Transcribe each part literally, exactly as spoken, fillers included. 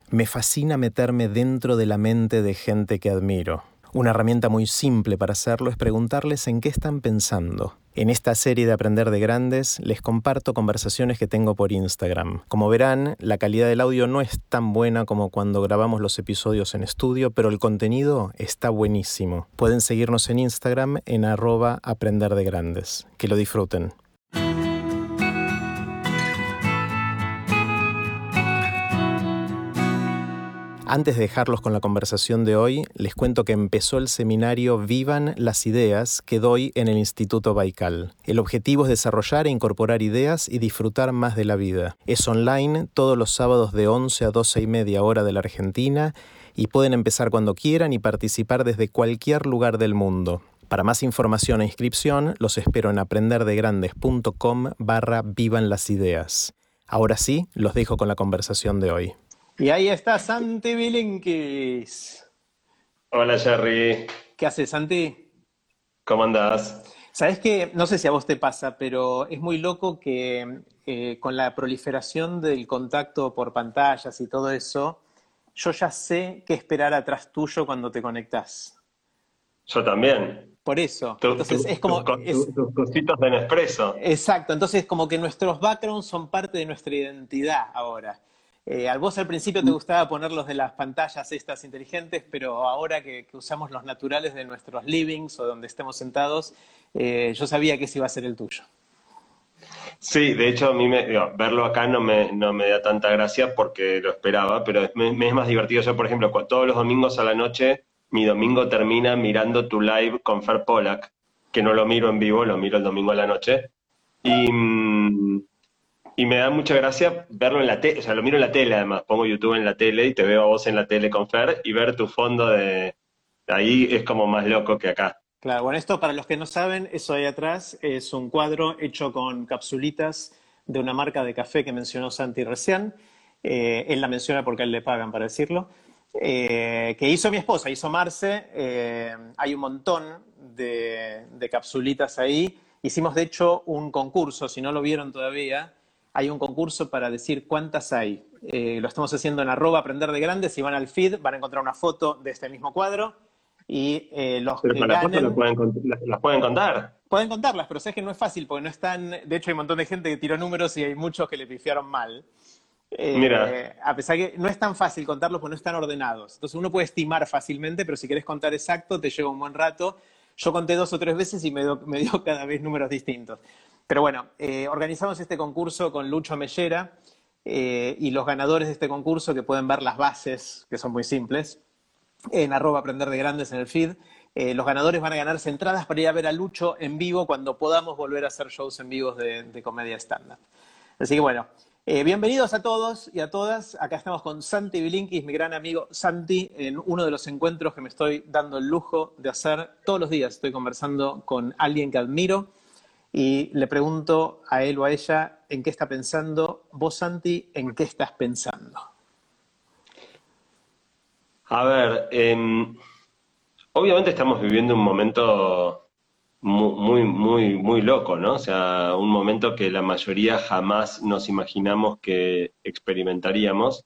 Me fascina meterme dentro de la mente de gente que admiro. Una herramienta muy simple para hacerlo es preguntarles en qué están pensando. En esta serie de Aprender de Grandes les comparto conversaciones que tengo por Instagram. Como verán, la calidad del audio no es tan buena como cuando grabamos los episodios en estudio, pero el contenido está buenísimo. Pueden seguirnos en Instagram en arroba Aprender de Grandes. Que lo disfruten. Antes de dejarlos con la conversación de hoy, les cuento que empezó el seminario Vivan las Ideas que doy en el Instituto Baikal. El objetivo es desarrollar e incorporar ideas y disfrutar más de la vida. Es online todos los sábados de once a doce y media hora de la Argentina y pueden empezar cuando quieran y participar desde cualquier lugar del mundo. Para más información e inscripción, los espero en aprenderdegrandes.com barra Vivan las Ideas. Ahora sí, los dejo con la conversación de hoy. Y ahí está Santi Bilinkis. Hola, Jerry. ¿Qué haces, Santi? ¿Cómo andás? Sabés que, no sé si a vos te pasa, pero es muy loco que eh, con la proliferación del contacto por pantallas y todo eso, yo ya sé qué esperar atrás tuyo cuando te conectás. Yo también. Por eso. Tu, Entonces tu, es como... tu, es, tu, tus cositos de Nespresso. Exacto. Entonces como que nuestros backgrounds son parte de nuestra identidad ahora. Eh, a vos al principio te gustaba poner los de las pantallas estas inteligentes, pero ahora que, que usamos los naturales de nuestros livings o donde estemos sentados, eh, yo sabía que ese iba a ser el tuyo. Sí, de hecho a mí me, digo, verlo acá no me, no me da tanta gracia porque lo esperaba, pero me, me es más divertido. Yo, por ejemplo, todos los domingos a la noche, mi domingo termina mirando tu live con Fer Pollack, que no lo miro en vivo, lo miro el domingo a la noche. Y... Mmm, Y me da mucha gracia verlo en la tele, o sea, lo miro en la tele además, pongo YouTube en la tele y te veo a vos en la tele con Fer y ver tu fondo de... Ahí es como más loco que acá. Claro, bueno, esto para los que no saben, eso ahí atrás es un cuadro hecho con capsulitas de una marca de café que mencionó Santi recién. Eh, él la menciona porque a él le pagan para decirlo. Eh, que hizo mi esposa, hizo Marce. Eh, hay un montón de, de capsulitas ahí. Hicimos de hecho un concurso, si no lo vieron todavía. Hay un concurso para decir cuántas hay. Eh, lo estamos haciendo en arroba Aprender de Grandes. Si van al feed van a encontrar una foto de este mismo cuadro. Y eh, los Pero que para ganen... las pueden, las pueden contar. Pueden contarlas, pero sabes que no es fácil porque no están... De hecho hay un montón de gente que tiró números y hay muchos que le pifiaron mal. Eh, Mira. A pesar que no es tan fácil contarlos porque no están ordenados. Entonces uno puede estimar fácilmente, pero si querés contar exacto te lleva un buen rato. Yo conté dos o tres veces y me dio, me dio cada vez números distintos. Pero bueno, eh, organizamos este concurso con Lucho Mellera eh, y los ganadores de este concurso, que pueden ver las bases, que son muy simples, en arroba Aprender de Grandes en el feed. Eh, los ganadores van a ganarse entradas para ir a ver a Lucho en vivo cuando podamos volver a hacer shows en vivos de, de comedia stand-up. Así que bueno, eh, bienvenidos a todos y a todas. Acá estamos con Santi Bilinkis, mi gran amigo Santi, en uno de los encuentros que me estoy dando el lujo de hacer. Todos los días estoy conversando con alguien que admiro y le pregunto a él o a ella en qué está pensando. Vos, Santi, ¿en qué estás pensando? A ver, eh, obviamente estamos viviendo un momento muy, muy, muy, muy loco, ¿no? O sea, un momento que la mayoría jamás nos imaginamos que experimentaríamos.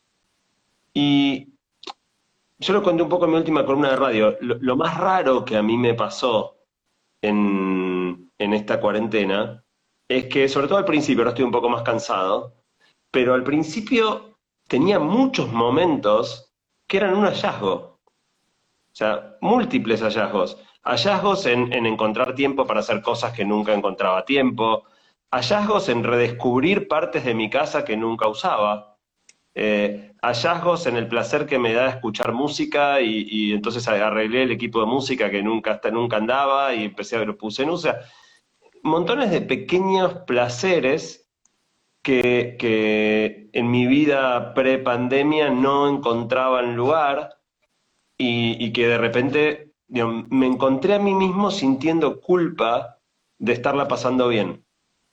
Y yo lo conté un poco en mi última columna de radio. Lo, lo más raro que a mí me pasó en, en esta cuarentena es que, sobre todo al principio, ahora estoy un poco más cansado, pero al principio tenía muchos momentos que eran un hallazgo. O sea, múltiples hallazgos. Hallazgos en, en encontrar tiempo para hacer cosas que nunca encontraba tiempo. Hallazgos en redescubrir partes de mi casa que nunca usaba. Eh, hallazgos en el placer que me da escuchar música y, y entonces arreglé el equipo de música que nunca, hasta nunca andaba y empecé a lo puse en uso. O sea, montones de pequeños placeres que, que en mi vida pre-pandemia no encontraban lugar y, y que de repente digamos, me encontré a mí mismo sintiendo culpa de estarla pasando bien.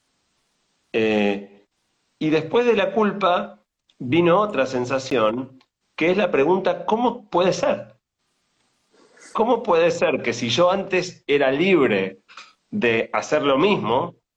Eh, y después de la culpa vino otra sensación, que es la pregunta, ¿cómo puede ser? ¿Cómo puede ser que si yo antes era libre de hacer lo mismo,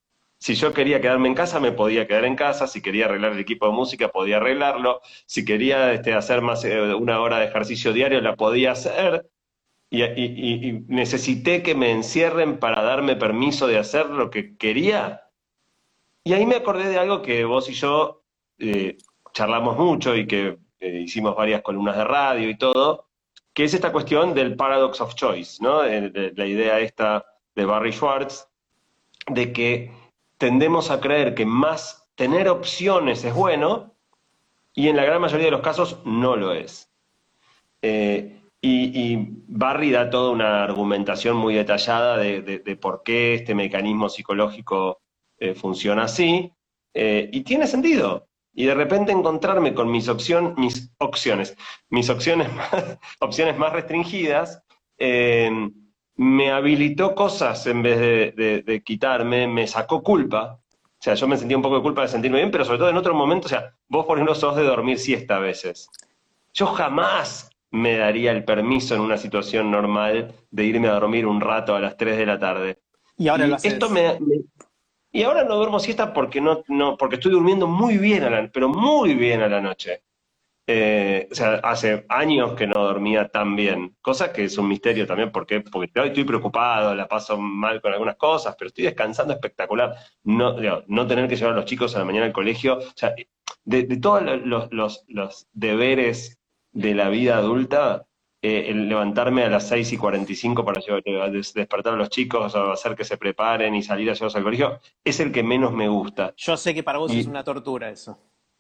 Si yo quería quedarme en casa, me podía quedar en casa. Si quería arreglar el equipo de música, podía arreglarlo. Si quería este, hacer más eh, una hora de ejercicio diario, la podía hacer. Y, y, y, y necesité que me encierren para darme permiso de hacer lo que quería. Y ahí me acordé de algo que vos y yo eh, charlamos mucho y que eh, hicimos varias columnas de radio y todo, que es esta cuestión del paradox of choice, ¿no? Eh, de- la idea esta de Barry Schwartz, de que tendemos a creer que más tener opciones es bueno, y en la gran mayoría de los casos no lo es. Eh, y, y Barry da toda una argumentación muy detallada de, de- de por qué este mecanismo psicológico eh, funciona así, eh, y tiene sentido. Y de repente encontrarme con mis, opción, mis opciones, mis opciones más, opciones más restringidas, eh, me habilitó cosas en vez de, de- de quitarme, me sacó culpa. O sea, yo me sentía un poco de culpa de sentirme bien, pero sobre todo en otro momento, o sea, vos por ejemplo sos de dormir siesta a veces. Yo jamás me daría el permiso en una situación normal de irme a dormir un rato a las tres de la tarde. Y ahora lo Y esto haces. me, me- y ahora no duermo siesta porque no, no, porque estoy durmiendo muy bien a la, pero muy bien a la noche. Eh, o sea, hace años que no dormía tan bien, cosa que es un misterio también, porque, porque claro, estoy preocupado, la paso mal con algunas cosas, pero estoy descansando espectacular. No, digo, no tener que llevar a los chicos a la mañana al colegio, o sea, de, de todos los, los, los deberes de la vida adulta, eh, el levantarme a las seis y cuarenta y cinco para llevar- des- despertar a los chicos, o hacer que se preparen y salir a llevarlos al colegio, es el que menos me gusta. Yo sé que para vos es Y, una tortura eso.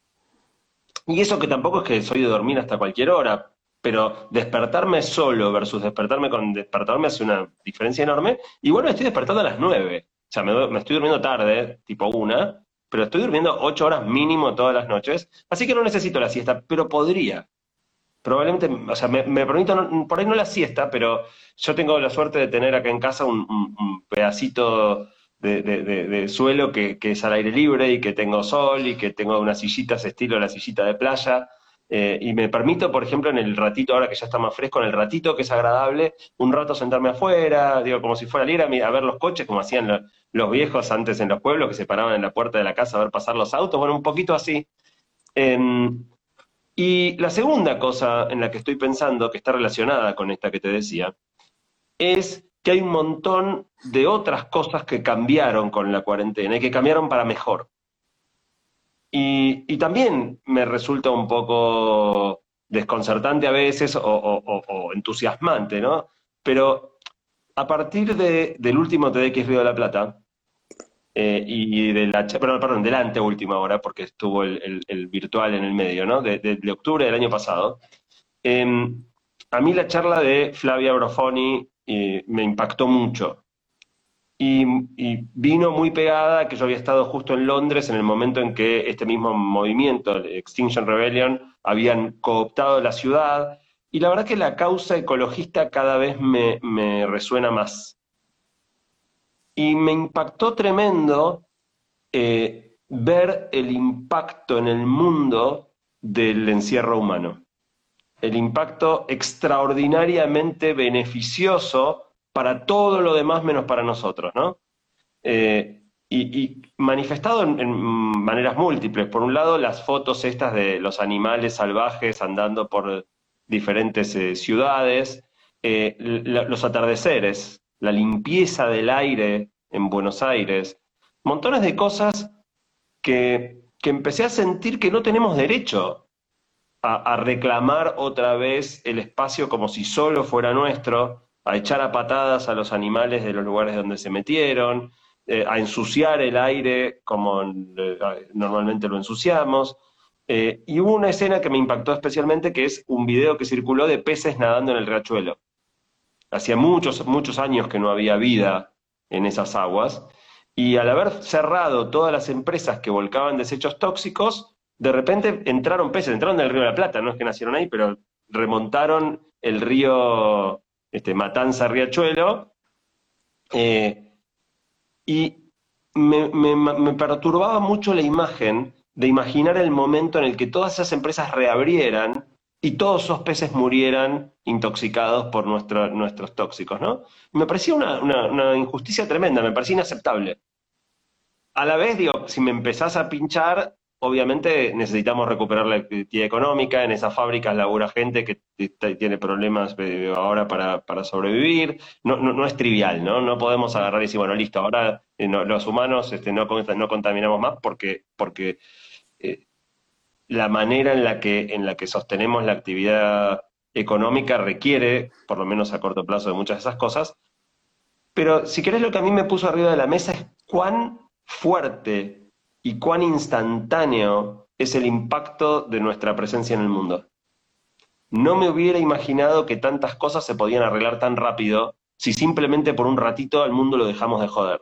y eso que tampoco es que soy de dormir hasta cualquier hora, pero despertarme solo versus despertarme con despertarme hace una diferencia enorme. Igual me estoy despertando a las nueve. O sea, me, me estoy durmiendo tarde, tipo una, pero estoy durmiendo ocho horas mínimo todas las noches. Así que no necesito la siesta, pero podría. Probablemente, o sea, me, me permito, no- por ahí no la siesta, pero yo tengo la suerte de tener acá en casa un, un- un pedacito de, de- de- de suelo que, que es al aire libre y que tengo sol y que tengo unas sillitas estilo la sillita de playa. Eh, y me permito, por ejemplo, en el ratito, ahora que ya está más fresco, en el ratito que es agradable, un rato sentarme afuera, digo, como si fuera a ir a, mi- a ver los coches, como hacían lo- los viejos antes en los pueblos, que se paraban en la puerta de la casa a ver pasar los autos, bueno, un poquito así. Em, y la segunda cosa en la que estoy pensando, que está relacionada con esta que te decía, es que hay un montón de otras cosas que cambiaron con la cuarentena y que cambiaron para mejor. Y, y también me resulta un poco desconcertante a veces o, o- o- o entusiasmante, ¿no? Pero a partir de- del último T D X Río de la Plata, eh, y de la, cha- perdón, perdón, de la anteúltima hora, porque estuvo el, el- el virtual en el medio, ¿no? De, de- de octubre del año pasado. Eh, a mí la charla de Flavia Brofoni eh, me impactó mucho. Y, y vino muy pegada que yo había estado justo en Londres en el momento en que este mismo movimiento, el Extinction Rebellion, habían cooptado la ciudad. Y la verdad que la causa ecologista cada vez me, me resuena más. Y me impactó tremendo eh, ver el impacto en el mundo del encierro humano. El impacto extraordinariamente beneficioso para todo lo demás menos para nosotros, ¿no? Eh, y, y manifestado en, en maneras múltiples. Por un lado, las fotos estas de los animales salvajes andando por diferentes eh, ciudades, eh, la- los atardeceres, la limpieza del aire en Buenos Aires, montones de cosas que, que empecé a sentir que no tenemos derecho a, a reclamar otra vez el espacio como si solo fuera nuestro, a echar a patadas a los animales de los lugares donde se metieron, eh, a ensuciar el aire como eh, normalmente lo ensuciamos. Eh, y hubo una escena que me impactó especialmente, que es un video que circuló de peces nadando en el riachuelo. Hacía muchos, muchos años que no había vida en esas aguas, y al haber cerrado todas las empresas que volcaban desechos tóxicos, de repente entraron peces, entraron del río de la Plata, no es que nacieron ahí, pero remontaron el río este, Matanza-Riachuelo, eh, y me, me- me perturbaba mucho la imagen de imaginar el momento en el que todas esas empresas reabrieran y todos esos peces murieran intoxicados por nuestro- nuestros tóxicos, ¿no? Me parecía una, una- una injusticia tremenda, me parecía inaceptable. a la vez, digo, si me empezás a pinchar, obviamente necesitamos recuperar la actividad económica, en esas fábricas labura gente que t- tiene problemas eh, ahora para, para sobrevivir, no, no, no es trivial, ¿no? No podemos agarrar y decir, bueno, listo, ahora eh, no- los humanos este, no, con- no contaminamos más porque, porque eh, la manera en la que, en la que sostenemos la actividad económica requiere, por lo menos a corto plazo, de muchas de esas cosas. Pero si querés, lo que a mí me puso arriba de la mesa es cuán fuerte y cuán instantáneo es el impacto de nuestra presencia en el mundo. No me hubiera imaginado que tantas cosas se podían arreglar tan rápido si simplemente por un ratito al mundo lo dejamos de joder.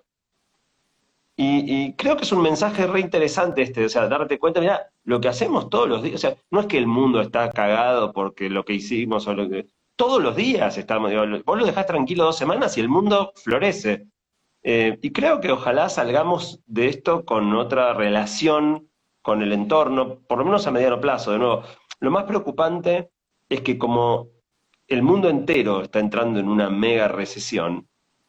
Y, y creo que es un mensaje re interesante este, o sea, darte cuenta, mira, lo que hacemos todos los días, o sea, no es que el mundo está cagado porque lo que hicimos o lo que... Todos los días estamos, digo, vos lo dejás tranquilo dos semanas y el mundo florece. Eh, y creo que ojalá salgamos de esto con otra relación con el entorno, por lo menos a mediano plazo. De nuevo, lo más preocupante es que como el mundo entero está entrando en una mega recesión,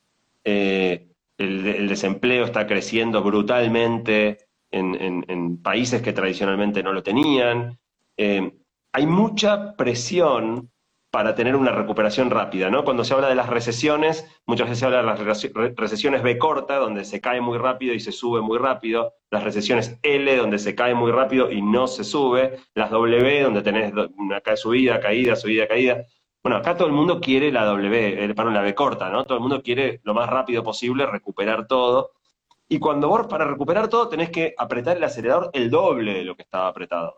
eh, el, el desempleo está creciendo brutalmente en, en- en países que tradicionalmente no lo tenían. Eh, hay mucha presión para tener una recuperación rápida, ¿no? Cuando se habla de las recesiones, muchas veces se habla de las rece- re- recesiones B corta, donde se cae muy rápido y se sube muy rápido, las recesiones L, donde se cae muy rápido y no se sube, las W, donde tenés do- una ca- subida, caída, subida, caída. Bueno, acá todo el mundo quiere la W, eh, perdón, la B corta, ¿no? Todo el mundo quiere lo más rápido posible recuperar todo. Y cuando vos para recuperar todo tenés que apretar el acelerador el doble de lo que estaba apretado.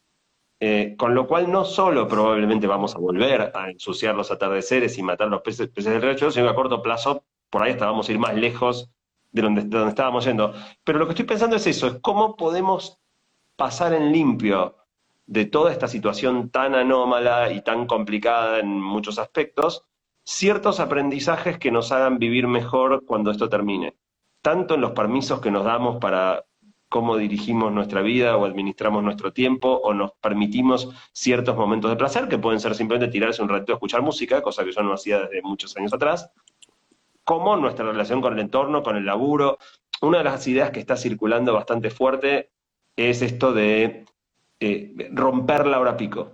Eh, con lo cual no solo probablemente vamos a volver a ensuciar los atardeceres y matar los peces, peces del río, sino que a corto plazo por ahí hasta vamos a ir más lejos de donde, de donde estábamos yendo. Pero lo que estoy pensando es eso, es cómo podemos pasar en limpio de toda esta situación tan anómala y tan complicada en muchos aspectos, ciertos aprendizajes que nos hagan vivir mejor cuando esto termine. Tanto en los permisos que nos damos para cómo dirigimos nuestra vida o administramos nuestro tiempo o nos permitimos ciertos momentos de placer, que pueden ser simplemente tirarse un ratito a escuchar música, cosa que yo no hacía desde muchos años atrás, como nuestra relación con el entorno, con el laburo. Una de las ideas que está circulando bastante fuerte es esto de eh, romper la hora pico,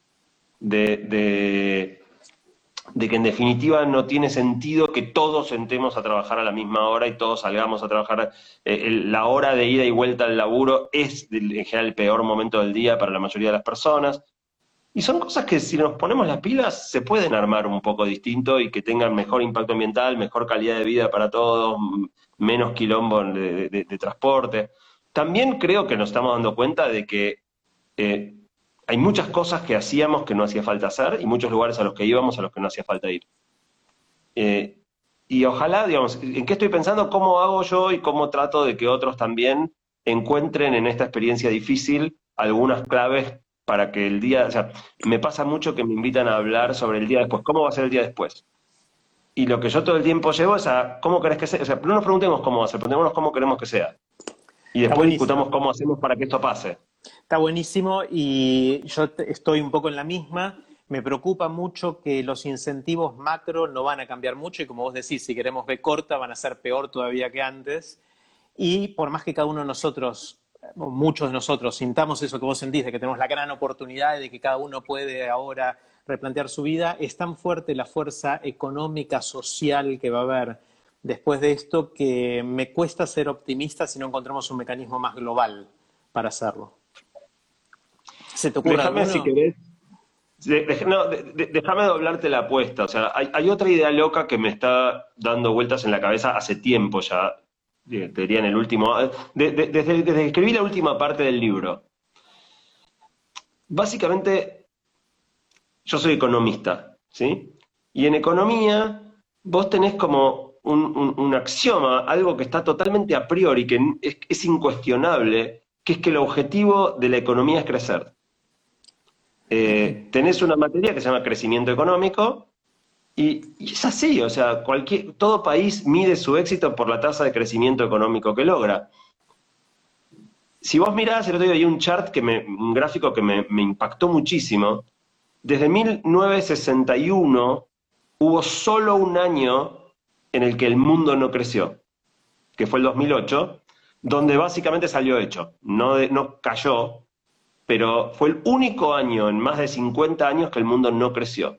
de, de, de que en definitiva no tiene sentido que todos entremos a trabajar a la misma hora y todos salgamos a trabajar. Eh, el- la hora de ida y vuelta al laburo es en general el peor momento del día para la mayoría de las personas. Y son cosas que si nos ponemos las pilas se pueden armar un poco distinto y que tengan mejor impacto ambiental, mejor calidad de vida para todos, m- menos quilombo de, de- de transporte. También creo que nos estamos dando cuenta de que eh, hay muchas cosas que hacíamos que no hacía falta hacer y muchos lugares a los que íbamos a los que no hacía falta ir. Eh, y ojalá, digamos, ¿en qué estoy pensando? ¿Cómo hago yo y cómo trato de que otros también encuentren en esta experiencia difícil algunas claves para que el día, o sea, me pasa mucho que me invitan a hablar sobre el día después, ¿cómo va a ser el día después? Y lo que yo todo el tiempo llevo es a, ¿cómo querés que sea? O sea, no nos preguntemos cómo va a ser, preguntémonos cómo queremos que sea. Y Está después discutamos buenísimo. cómo hacemos para que esto pase. Está buenísimo y yo te- estoy un poco en la misma. Me preocupa mucho que los incentivos macro no van a cambiar mucho y como vos decís, si queremos B corta van a ser peor todavía que antes. Y por más que cada uno de nosotros, o muchos de nosotros, sintamos eso que vos sentís, de que tenemos la gran oportunidad de que cada uno puede ahora replantear su vida, es tan fuerte la fuerza económica, social que va a haber después de esto que me cuesta ser optimista si no encontramos un mecanismo más global para hacerlo. ¿Se te ocurre Déjame, si alguno? querés, de- de- no, de- de- déjame doblarte la apuesta. O sea, hay, hay otra idea loca que me está dando vueltas en la cabeza hace tiempo ya, eh, te diría en el último, de- de- desde, desde que escribí la última parte del libro. Básicamente, yo soy economista, ¿sí? Y en economía, vos tenés como un, un- un axioma, algo que está totalmente a priori, que es, es incuestionable, que es que el objetivo de la economía es crecer. Eh, tenés una materia que se llama crecimiento económico y, y es así, o sea, cualquier, todo país mide su éxito por la tasa de crecimiento económico que logra. Si vos mirás, el otro día hay un chart, que me, un gráfico que me, me impactó muchísimo. Desde mil novecientos sesenta y uno hubo solo un año en el que el mundo no creció, que fue el dos mil ocho. donde básicamente salió hecho, no, de- no cayó, pero fue el único año en más de cincuenta años que el mundo no creció.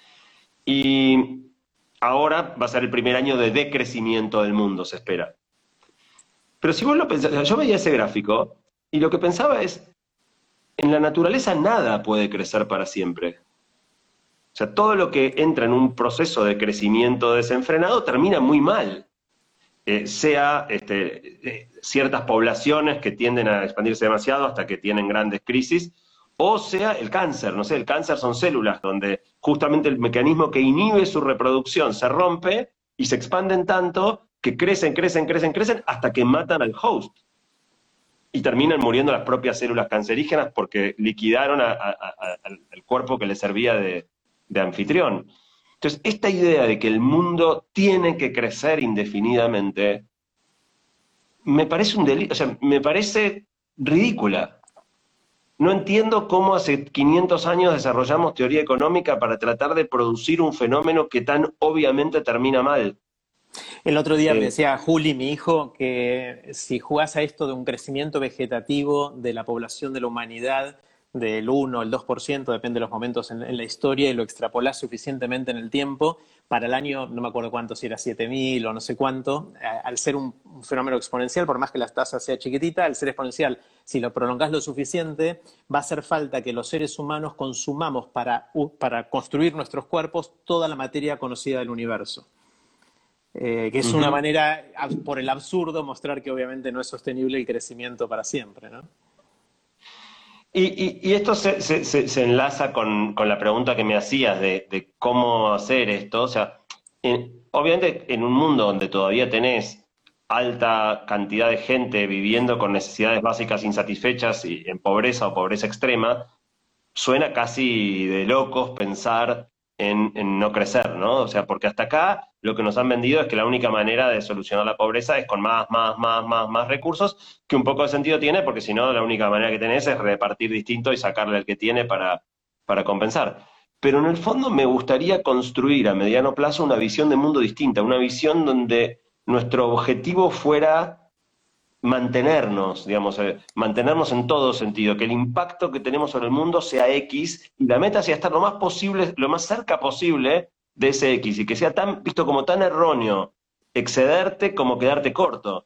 Y ahora va a ser el primer año de decrecimiento del mundo, se espera. Pero si vos lo pensás, yo veía ese gráfico y lo que pensaba es, en la naturaleza nada puede crecer para siempre. O sea, todo lo que entra en un proceso de crecimiento desenfrenado termina muy mal. Eh, sea este, eh, ciertas poblaciones que tienden a expandirse demasiado hasta que tienen grandes crisis, o sea el cáncer. No sé, el cáncer son células donde justamente el mecanismo que inhibe su reproducción se rompe y se expanden tanto que crecen, crecen, crecen, crecen hasta que matan al host. Y terminan muriendo las propias células cancerígenas porque liquidaron a, a, a, al cuerpo que les servía de, de anfitrión. Entonces, esta idea de que el mundo tiene que crecer indefinidamente, me parece un delito, o sea, me parece ridícula. No entiendo cómo hace quinientos años desarrollamos teoría económica para tratar de producir un fenómeno que tan obviamente termina mal. El otro día me Eh, decía Juli, mi hijo, que si jugás a esto de un crecimiento vegetativo de la población de la humanidad del uno, el dos por ciento, depende de los momentos en, en la historia, y lo extrapolás suficientemente en el tiempo, para el año, no me acuerdo cuánto, si era siete mil o no sé cuánto, a- al ser un, un fenómeno exponencial, por más que la tasa sea chiquitita, al ser exponencial, si lo prolongás lo suficiente, va a hacer falta que los seres humanos consumamos para, u- para construir nuestros cuerpos toda la materia conocida del universo. Eh, que es una ujú. manera, ab- por el absurdo, mostrar que obviamente no es sostenible el crecimiento para siempre, ¿no? Y, y- y esto se, se- se- se enlaza con, con la pregunta que me hacías de, de cómo hacer esto. O sea, en- obviamente en un mundo donde todavía tenés alta cantidad de gente viviendo con necesidades básicas insatisfechas y en pobreza o pobreza extrema, suena casi de locos pensar en, en no crecer, ¿no? O sea, porque hasta acá lo que nos han vendido es que la única manera de solucionar la pobreza es con más, más, más, más, más recursos, que un poco de sentido tiene, porque si no, la única manera que tenés es repartir distinto y sacarle al que tiene para, para compensar. Pero en el fondo me gustaría construir a mediano plazo una visión de mundo distinta, una visión donde nuestro objetivo fuera mantenernos, digamos, eh, mantenernos en todo sentido, que el impacto que tenemos sobre el mundo sea X y la meta sea estar lo más posible, lo más cerca posible de ese X y que sea tan visto como tan erróneo excederte como quedarte corto.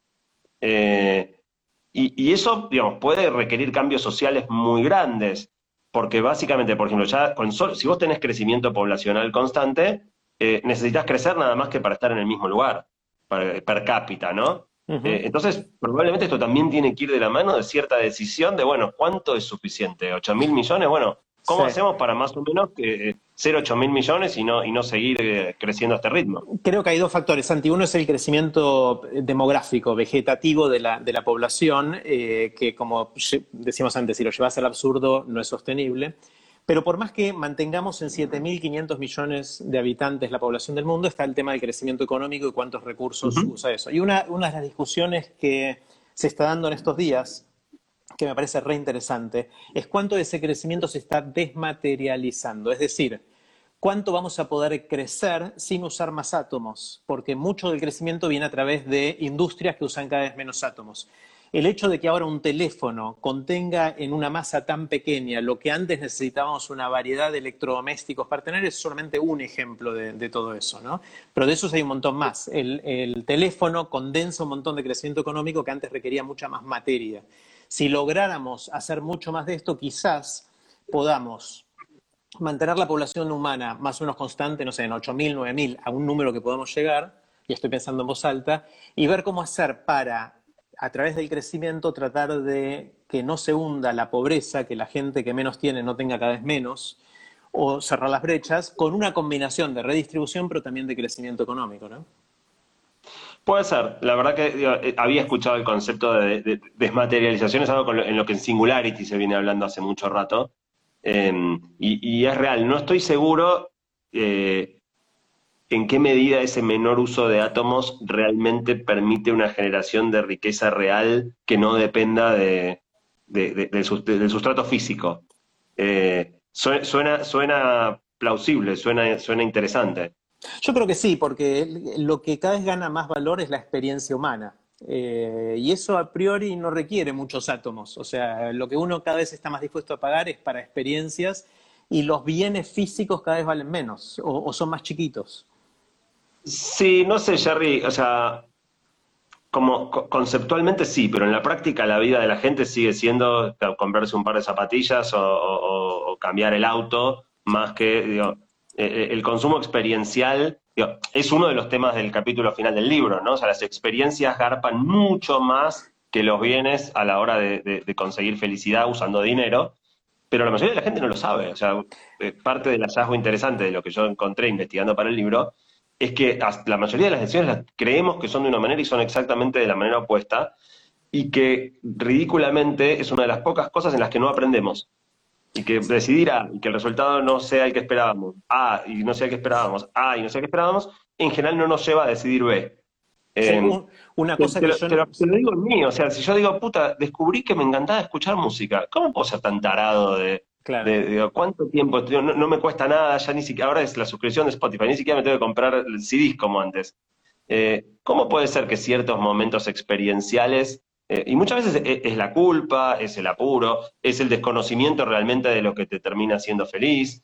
Eh, y, y eso, digamos, puede requerir cambios sociales muy grandes, porque básicamente, por ejemplo, ya con sol- si vos tenés crecimiento poblacional constante, eh, necesitas crecer nada más que para estar en el mismo lugar, para- per cápita, ¿no? Eh, Ujú. entonces, probablemente esto también tiene que ir de la mano de cierta decisión de, bueno, ¿cuánto es suficiente? ¿Ocho mil millones? Bueno, Sí. ¿cómo hacemos para más o menos que, eh, ser ocho mil millones y no, y no seguir eh, creciendo a este ritmo? Creo que hay dos factores, Santi. Uno es el crecimiento demográfico, vegetativo de la, de la población, eh, que como lle- decíamos antes, si lo llevas al absurdo no es sostenible. Pero por más que mantengamos en siete mil quinientos millones de habitantes la población del mundo, está el tema del crecimiento económico y cuántos recursos Ujú. usa eso. Y una, una de las discusiones que se está dando en estos días, que me parece re interesante, es cuánto de ese crecimiento se está desmaterializando. Es decir, cuánto vamos a poder crecer sin usar más átomos, porque mucho del crecimiento viene a través de industrias que usan cada vez menos átomos. El hecho de que ahora un teléfono contenga en una masa tan pequeña lo que antes necesitábamos una variedad de electrodomésticos para tener es solamente un ejemplo de, de todo eso, ¿no? Pero de esos hay un montón más. El, el teléfono condensa un montón de crecimiento económico que antes requería mucha más materia. Si lográramos hacer mucho más de esto, quizás podamos mantener la población humana más o menos constante, no sé, en ocho mil, nueve mil, a un número que podamos llegar, y estoy pensando en voz alta, y ver cómo hacer para, a través del crecimiento, tratar de que no se hunda la pobreza, que la gente que menos tiene no tenga cada vez menos, o cerrar las brechas, con una combinación de redistribución, pero también de crecimiento económico, ¿no? Puede ser, la verdad que digo, eh, había escuchado el concepto de, de- de desmaterialización, es algo con lo- en lo que en Singularity se viene hablando hace mucho rato, eh, y, y es real. No estoy seguro eh, en qué medida ese menor uso de átomos realmente permite una generación de riqueza real que no dependa de, de- de- del sus- del sustrato físico. Eh, sue- suena, suena plausible, suena, suena interesante. Yo creo que sí, porque lo que cada vez gana más valor es la experiencia humana. Eh, y eso a priori no requiere muchos átomos. O sea, lo que uno cada vez está más dispuesto a pagar es para experiencias y los bienes físicos cada vez valen menos o, o son más chiquitos. Sí, no sé, Jerry, o sea, como co- conceptualmente sí, pero en la práctica la vida de la gente sigue siendo ca- comprarse un par de zapatillas o, o- o cambiar el auto, más que, digo, eh, eh, el consumo experiencial, digo, es uno de los temas del capítulo final del libro, ¿no? O sea, las experiencias garpan mucho más que los bienes a la hora de, de- de conseguir felicidad usando dinero, pero la mayoría de la gente no lo sabe. O sea, eh, parte del hallazgo interesante de lo que yo encontré investigando para el libro es que as- la mayoría de las decisiones las creemos que son de una manera y son exactamente de la manera opuesta, y que ridículamente es una de las pocas cosas en las que no aprendemos. Y que decidir A y que el resultado no sea el que esperábamos, A y no sea el que esperábamos, A y no sea el que esperábamos, en general no nos lleva a decidir B. Sí, Eh, un- una te, cosa te que lo, yo te no... lo- te lo digo en mí, o sea, si yo digo, puta, descubrí que me encantaba escuchar música, ¿cómo puedo ser tan tarado de, Claro. de, de cuánto tiempo? Tío, no, no me cuesta nada, ya ni siquiera, ahora es la suscripción de Spotify, ni siquiera me tengo que comprar C Ds como antes. Eh, ¿cómo puede ser que ciertos momentos experienciales, eh, y muchas veces es, es la culpa, es el apuro, es el desconocimiento realmente de lo que te termina haciendo feliz?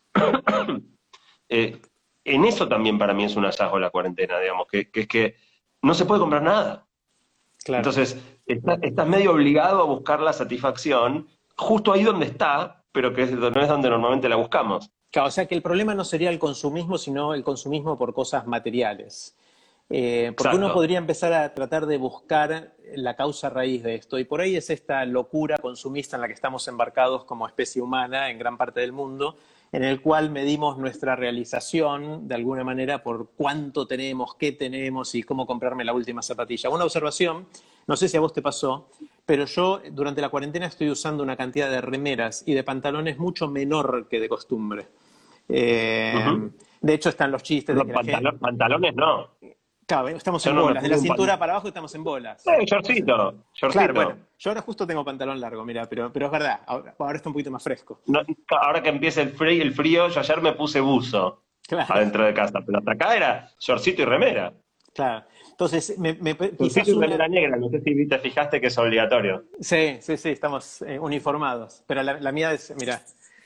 Eh, en eso también para mí es un hallazgo la cuarentena, digamos, que, que es que no se puede comprar nada. Claro. Entonces, está- estás medio obligado a buscar la satisfacción justo ahí donde está, pero que es- no es donde normalmente la buscamos. Claro, o sea que el problema no sería el consumismo, sino el consumismo por cosas materiales. Eh, porque uno Exacto. podría empezar a tratar de buscar la causa raíz de esto, y por ahí es esta locura consumista en la que estamos embarcados como especie humana en gran parte del mundo, en el cual medimos nuestra realización de alguna manera por cuánto tenemos, qué tenemos y cómo comprarme la última zapatilla. Una observación, no sé si a vos te pasó, pero yo durante la cuarentena estoy usando una cantidad de remeras y de pantalones mucho menor que de costumbre. Eh, Ujú. de hecho, están los chistes de No, que la gente... pantalo- pantalones no. Claro, estamos Yo en no me bolas. De la pongo un cintura pantalón. para abajo estamos en bolas. Eh, Vos- shortcito, Claro, bueno, shortcito. yo ahora justo tengo pantalón largo, mira, pero, pero es verdad, ahora, ahora está un poquito más fresco. No, ahora que empieza el frío, el frío, yo ayer me puse buzo Claro, adentro de casa, pero hasta acá era shortcito y remera. claro. Entonces, me- me- Shortcito quizás y remera una... negra, no sé si te fijaste que es obligatorio. Sí, sí, sí, estamos eh, uniformados. Pero la, la mía es, mira,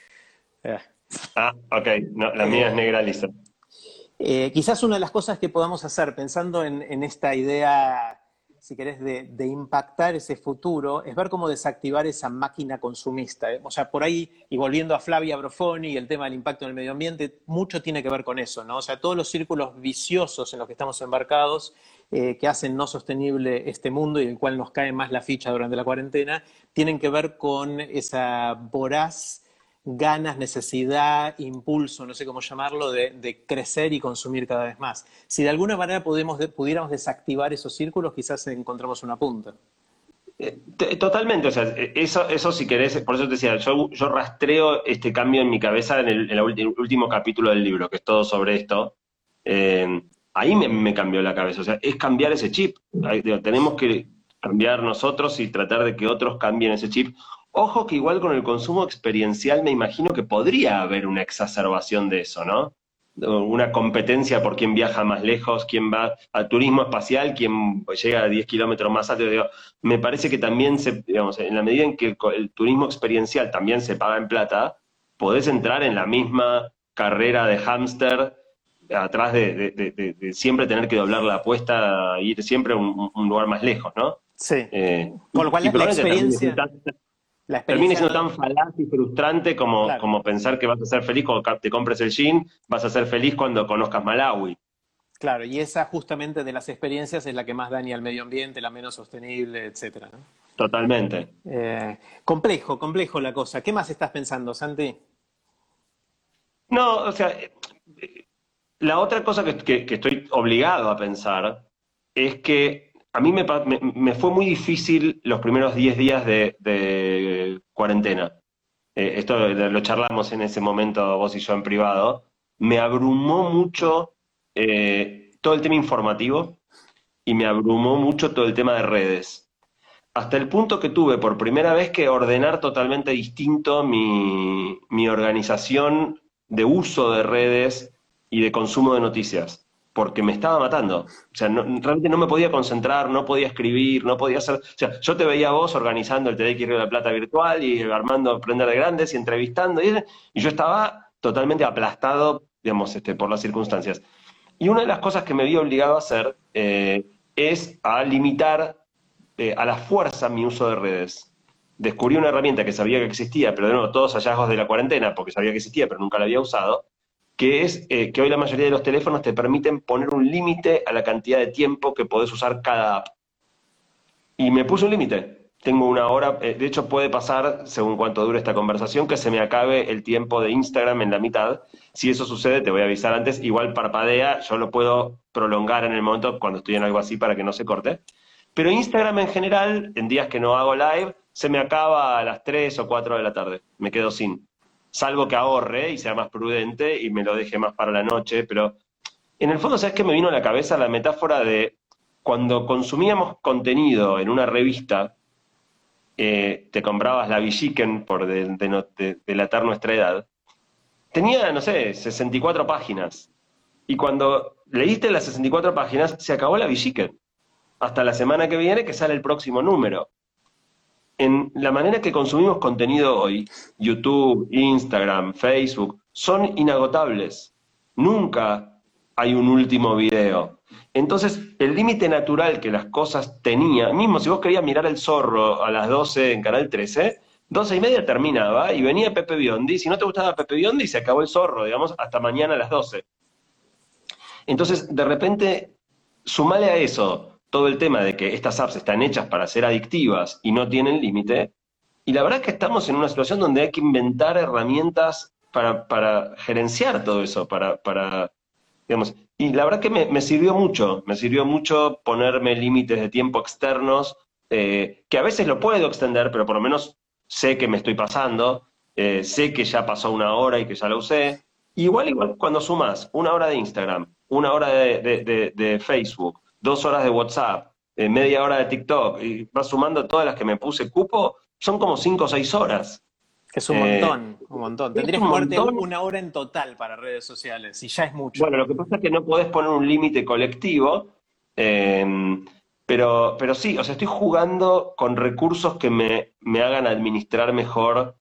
eh, Ah, ok, no, la mía es eh, negra lisa. Eh, quizás una de las cosas que podamos hacer, pensando en, en esta idea, si querés, de, de impactar ese futuro, es ver cómo desactivar esa máquina consumista. ¿eh? O sea, por ahí, y volviendo a Flavia Brofoni y el tema del impacto en el medio ambiente, mucho tiene que ver con eso, ¿no? O sea, todos los círculos viciosos en los que estamos embarcados, eh, que hacen no sostenible este mundo y en el cual nos cae más la ficha durante la cuarentena, tienen que ver con esa voraz ganas, necesidad, impulso, no sé cómo llamarlo, de, de crecer y consumir cada vez más. Si de alguna manera podemos, pudiéramos desactivar esos círculos, quizás encontramos una punta. Eh, t- Totalmente, o sea, eh, eso, eso si querés, por eso te decía, yo, yo rastreo este cambio en mi cabeza en el, en el ulti- último capítulo del libro, que es todo sobre esto. Eh, ahí me, me cambió la cabeza, o sea, es cambiar ese chip. Ahí, digo, tenemos que cambiar nosotros y tratar de que otros cambien ese chip. Ojo que igual con el consumo experiencial me imagino que podría haber una exacerbación de eso, ¿no? Una competencia por quién viaja más lejos, quién va al turismo espacial, quién llega a diez kilómetros más alto. Digo, me parece que también, se, digamos, en la medida en que el turismo experiencial también se paga en plata, podés entrar en la misma carrera de hámster atrás de, de- de- de- de siempre tener que doblar la apuesta e ir siempre a un, un lugar más lejos, ¿no? Sí. Eh, Con lo cual y la, la probablemente termine siendo experiencia, tan, la termine experiencia siendo no... tan falaz y frustrante como, Claro, como pensar que vas a ser feliz cuando ca- te compres el jean, vas a ser feliz cuando conozcas Malawi. claro, y esa justamente de las experiencias es la que más daña al medio ambiente, la menos sostenible, etcétera, ¿no? Totalmente. Eh, complejo, complejo la cosa. ¿Qué más estás pensando, Santi? No, o sea, eh, la otra cosa que, que- que estoy obligado a pensar es que a mí me, pa- me- me fue muy difícil los primeros diez días de, de cuarentena. Eh, esto lo lo charlamos en ese momento vos y yo en privado. Me abrumó mucho eh, todo el tema informativo y me abrumó mucho todo el tema de redes. Hasta el punto que tuve por primera vez que ordenar totalmente distinto mi, mi organización de uso de redes y de consumo de noticias. porque me estaba matando. O sea, no- realmente no me podía concentrar, no podía escribir, no podía hacer... O sea, yo te veía a vos organizando el T D X Río de la Plata virtual y armando Aprender de Grandes y entrevistando, y, y yo estaba totalmente aplastado, digamos, este, por las circunstancias. Y una de las cosas que me vi obligado a hacer eh, es a limitar eh, a la fuerza mi uso de redes. Descubrí una herramienta que sabía que existía, pero de nuevo, todos hallazgos de la cuarentena, porque sabía que existía, pero nunca la había usado, que es eh, que hoy la mayoría de los teléfonos te permiten poner un límite a la cantidad de tiempo que podés usar cada app. Y me puse un límite. Tengo una hora, eh, de hecho puede pasar, según cuánto dure esta conversación, que se me acabe el tiempo de Instagram en la mitad. Si eso sucede, te voy a avisar antes. Igual parpadea, yo lo puedo prolongar en el momento cuando estoy en algo así para que no se corte. Pero Instagram en general, en días que no hago live, se me acaba a las tres o cuatro de la tarde. Me quedo sin. Salvo que ahorre y sea más prudente y me lo deje más para la noche. Pero en el fondo, ¿sabes qué me vino a la cabeza? La metáfora de cuando consumíamos contenido en una revista, eh, te comprabas la Villiquen por de- de no- de- delatar nuestra edad, tenía, no sé, sesenta y cuatro páginas. Y cuando leíste las sesenta y cuatro páginas, se acabó la Villiquen. Hasta la semana que viene que sale el próximo número. En la manera que consumimos contenido hoy, YouTube, Instagram, Facebook, son inagotables. Nunca hay un último video. Entonces, el límite natural que las cosas tenían, mismo si vos querías mirar El Zorro a las doce en Canal trece, doce y media terminaba y venía Pepe Biondi. Si no te gustaba Pepe Biondi, se acabó El Zorro, digamos, hasta mañana a las doce. Entonces, de repente, sumale a eso todo el tema de que estas apps están hechas para ser adictivas y no tienen límite. Y la verdad es que estamos en una situación donde hay que inventar herramientas para, para gerenciar todo eso, para, para, digamos, y la verdad que me, me sirvió mucho, me sirvió mucho ponerme límites de tiempo externos, eh, que a veces lo puedo extender, pero por lo menos sé que me estoy pasando, eh, sé que ya pasó una hora y que ya la usé. Igual, igual, cuando sumas una hora de Instagram, una hora de, de- de- de Facebook, dos horas de WhatsApp, eh, media hora de TikTok, y vas sumando todas las que me puse cupo, son como cinco o seis horas. Que es un Eh, montón, un montón. es Tendrías un que ponerte montón. una hora en total para redes sociales, y ya es mucho. Bueno, lo que pasa es que no podés poner un límite colectivo, eh, pero, pero sí, o sea, estoy jugando con recursos que me, me hagan administrar mejor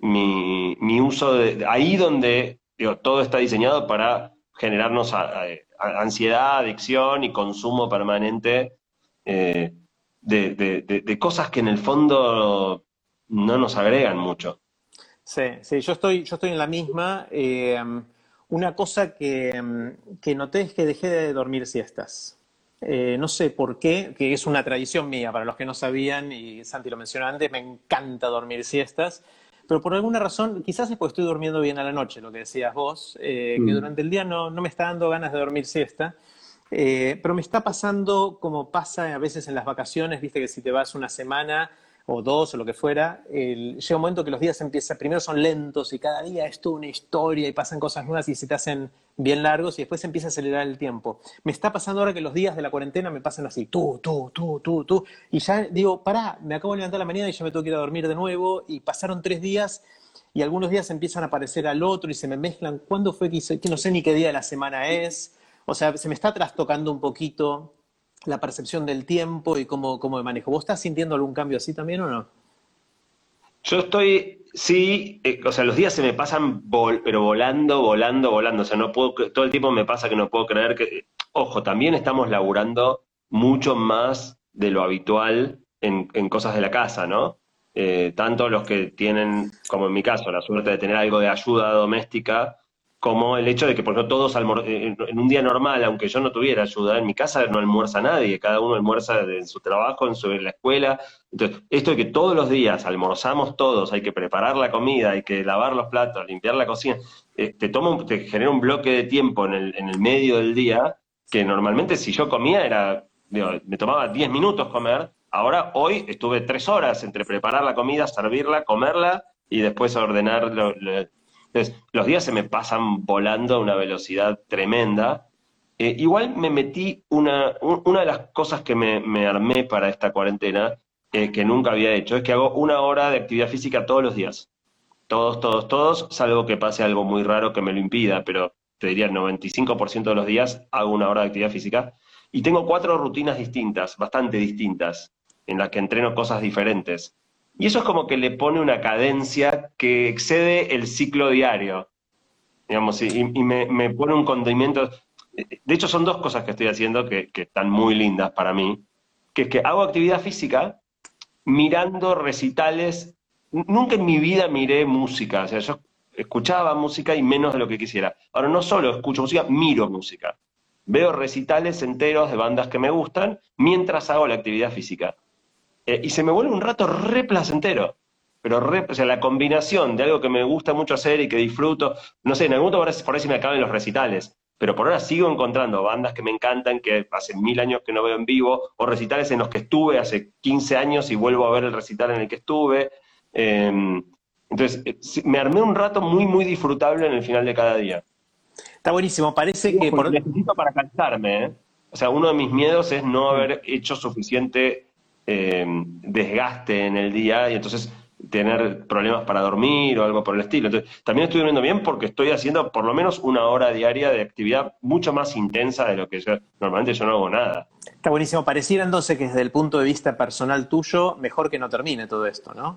mi, mi uso de, de- ahí donde digo, todo está diseñado para generarnos a- a- ansiedad, adicción y consumo permanente eh, de, de- de- de cosas que en el fondo no nos agregan mucho. Sí, sí, yo estoy, yo estoy en la misma. Eh, una cosa que, mm, que noté es que dejé de dormir siestas. Eh, no sé por qué, que es una tradición mía, para los que no sabían, y Santi lo mencionó antes, me encanta dormir siestas, pero por alguna razón, quizás es porque estoy durmiendo bien a la noche, lo que decías vos, eh, que Mm. durante el día no, no me está dando ganas de dormir siesta. Eh, pero me está pasando como pasa a veces en las vacaciones, viste que si te vas una semana o dos o lo que fuera, el- llega un momento que los días empiezan, primero son lentos y cada día es toda una historia y pasan cosas nuevas y se te hacen bien largos y después se empieza a acelerar el tiempo. Me está pasando ahora que los días de la cuarentena me pasan así, tú, tú, tú, tú, tú, y ya digo, pará, me acabo de levantar a la mañana y ya me tengo que ir a dormir de nuevo y pasaron tres días y algunos días empiezan a aparecer al otro y se me mezclan. ¿Cuándo fue que hice? Que no sé ni qué día de la semana es. O sea, se me está trastocando un poquito la percepción del tiempo y cómo, cómo me manejo. ¿Vos estás sintiendo algún cambio así también o no? Yo estoy, sí, eh, o sea, los días se me pasan, vol- pero volando, volando, volando. O sea, no puedo, cre- todo el tiempo me pasa que no puedo creer que, ojo, también estamos laburando mucho más de lo habitual en, en cosas de la casa, ¿no? Eh, tanto los que tienen, como en mi caso, la suerte de tener algo de ayuda doméstica, como el hecho de que, por ejemplo, todos almor- en en un día normal, aunque yo no tuviera ayuda, en mi casa no almuerza nadie, cada uno almuerza en su trabajo, en su, en la escuela. Entonces, esto de que todos los días almorzamos todos, hay que preparar la comida, hay que lavar los platos, limpiar la cocina, eh, te toma, un- te genera un bloque de tiempo en el, en el medio del día que normalmente si yo comía era, digo, me tomaba diez minutos comer, ahora hoy estuve tres horas entre preparar la comida, servirla, comerla y después ordenar. Lo- lo- Entonces, los días se me pasan volando a una velocidad tremenda. Eh, igual me metí una, un- una de las cosas que me, me armé para esta cuarentena, eh, que nunca había hecho, es que hago una hora de actividad física todos los días. Todos, todos, todos, salvo que pase algo muy raro que me lo impida, pero te diría el noventa y cinco por ciento de los días hago una hora de actividad física. Y tengo cuatro rutinas distintas, bastante distintas, en las que entreno cosas diferentes. Y eso es como que le pone una cadencia que excede el ciclo diario, digamos, y, y me, me pone un condimento. De hecho, son dos cosas que estoy haciendo que, que están muy lindas para mí, que es que hago actividad física mirando recitales. Nunca en mi vida miré música, o sea, yo escuchaba música y menos de lo que quisiera. Ahora no solo escucho música, miro música. Veo recitales enteros de bandas que me gustan mientras hago la actividad física. Eh, y se me vuelve un rato re placentero. Pero re, o sea, la combinación de algo que me gusta mucho hacer y que disfruto, no sé, en algún momento por ahí se me acaban los recitales, pero por ahora sigo encontrando bandas que me encantan, que hace mil años que no veo en vivo, o recitales en los que estuve hace quince años y vuelvo a ver el recital en el que estuve. Eh, entonces, eh, me armé un rato muy, muy disfrutable en el final de cada día. Está buenísimo, parece que... Porque Por... necesito para cansarme, ¿eh? O sea, uno de mis miedos es no haber hecho suficiente eh, desgaste en el día y entonces tener problemas para dormir o algo por el estilo. Entonces, también estoy durmiendo bien porque estoy haciendo por lo menos una hora diaria de actividad mucho más intensa de lo que yo, normalmente yo no hago nada. Está buenísimo. Pareciera entonces que desde el punto de vista personal tuyo, mejor que no termine todo esto, ¿no?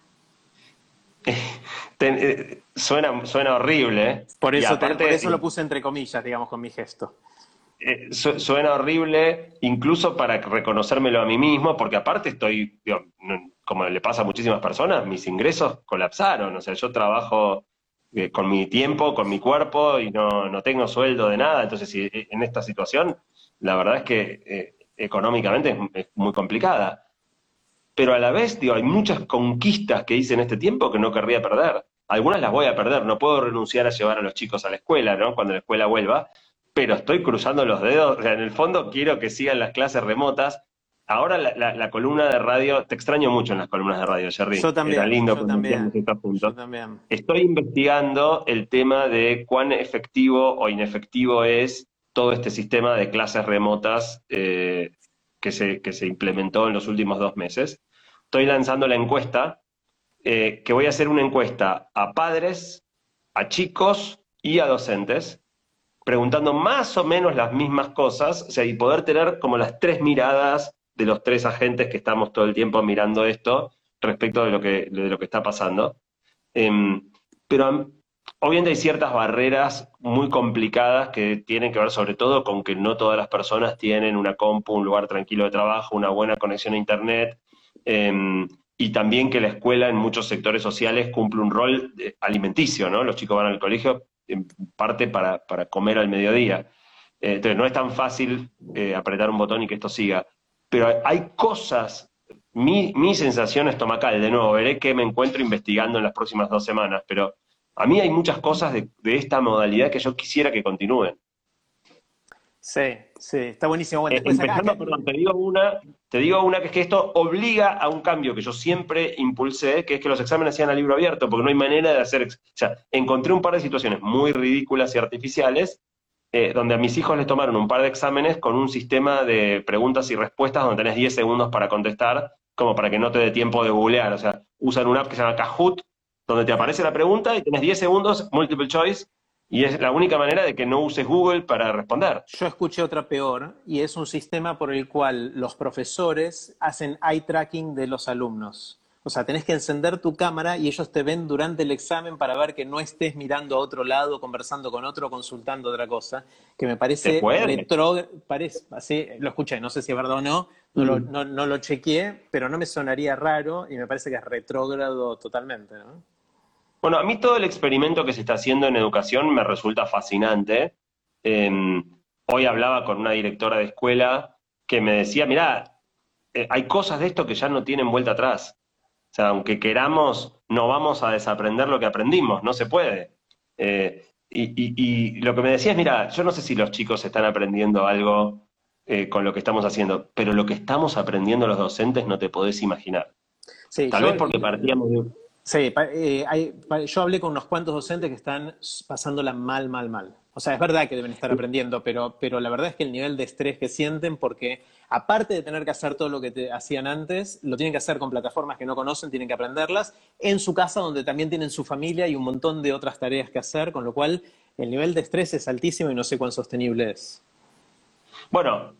Ten, eh, suena, suena horrible, ¿eh? Por eso, aparte, te, por eso lo puse entre comillas, digamos, con mi gesto. Eh, su, suena horrible, incluso para reconocérmelo a mí mismo, porque aparte estoy, digo, como le pasa a muchísimas personas, mis ingresos colapsaron. O sea, yo trabajo eh, con mi tiempo, con mi cuerpo, y no, no tengo sueldo de nada. Entonces, si, en esta situación, la verdad es que eh, económicamente es, es muy complicada. Pero a la vez, digo, hay muchas conquistas que hice en este tiempo que no querría perder. Algunas las voy a perder, no puedo renunciar a llevar a los chicos a la escuela, ¿no? Cuando la escuela vuelva, pero estoy cruzando los dedos. O sea, en el fondo quiero que sigan las clases remotas. Ahora la, la, la columna de radio, te extraño mucho en las columnas de radio, Jerry. Yo también, Era lindo yo también, yo también. Estoy investigando el tema de cuán efectivo o inefectivo es todo este sistema de clases remotas eh, que, se, que se implementó en los últimos dos meses. Estoy lanzando la encuesta, eh, que voy a hacer una encuesta a padres, a chicos y a docentes, preguntando más o menos las mismas cosas, o sea, y poder tener como las tres miradas de los tres agentes que estamos todo el tiempo mirando esto respecto de lo que, de lo que está pasando. Eh, pero obviamente hay ciertas barreras muy complicadas que tienen que ver sobre todo con que no todas las personas tienen una compu, un lugar tranquilo de trabajo, una buena conexión a internet, eh, y también que la escuela en muchos sectores sociales cumple un rol alimenticio, ¿no? Los chicos van al colegio en parte para, para comer al mediodía. Eh, entonces no es tan fácil eh, apretar un botón y que esto siga. Pero hay cosas, mi, mi sensación estomacal, de nuevo, veré qué me encuentro investigando en las próximas dos semanas, pero a mí hay muchas cosas de, de esta modalidad que yo quisiera que continúen. Sí, sí, está buenísimo. Bueno, eh, después empezando, acá... perdón, te digo una, te digo una que es que esto obliga a un cambio que yo siempre impulsé, que es que los exámenes sean a libro abierto, porque no hay manera de hacer... O sea, encontré un par de situaciones muy ridículas y artificiales, eh, donde a mis hijos les tomaron un par de exámenes con un sistema de preguntas y respuestas donde tenés diez segundos para contestar, como para que no te dé tiempo de googlear. O sea, usan una app que se llama Kahoot, donde te aparece la pregunta y tenés diez segundos, multiple choice, y es la única manera de que no uses Google para responder. Yo escuché otra peor, y es un sistema por el cual los profesores hacen eye tracking de los alumnos. O sea, tenés que encender tu cámara y ellos te ven durante el examen para ver que no estés mirando a otro lado, conversando con otro, consultando otra cosa, que me parece retrógrado. Parece, así, lo escuché, no sé si es verdad o no, no, mm. lo, no, no lo chequeé, pero no me sonaría raro y me parece que es retrógrado totalmente, ¿no? Bueno, a mí todo el experimento que se está haciendo en educación me resulta fascinante. Eh, hoy hablaba con una directora de escuela que me decía, mirá, eh, hay cosas de esto que ya no tienen vuelta atrás. O sea, aunque queramos, no vamos a desaprender lo que aprendimos, no se puede. Eh, y, y, y lo que me decía es, mira, yo no sé si los chicos están aprendiendo algo eh, con lo que estamos haciendo, pero lo que estamos aprendiendo los docentes no te podés imaginar. Sí, Tal yo, vez porque partíamos de... Sí, eh, hay, yo hablé con unos cuantos docentes que están pasándola mal, mal, mal. O sea, es verdad que deben estar aprendiendo, pero, pero la verdad es que el nivel de estrés que sienten, porque aparte de tener que hacer todo lo que te hacían antes, lo tienen que hacer con plataformas que no conocen, tienen que aprenderlas, en su casa donde también tienen su familia y un montón de otras tareas que hacer, con lo cual el nivel de estrés es altísimo y no sé cuán sostenible es. Bueno,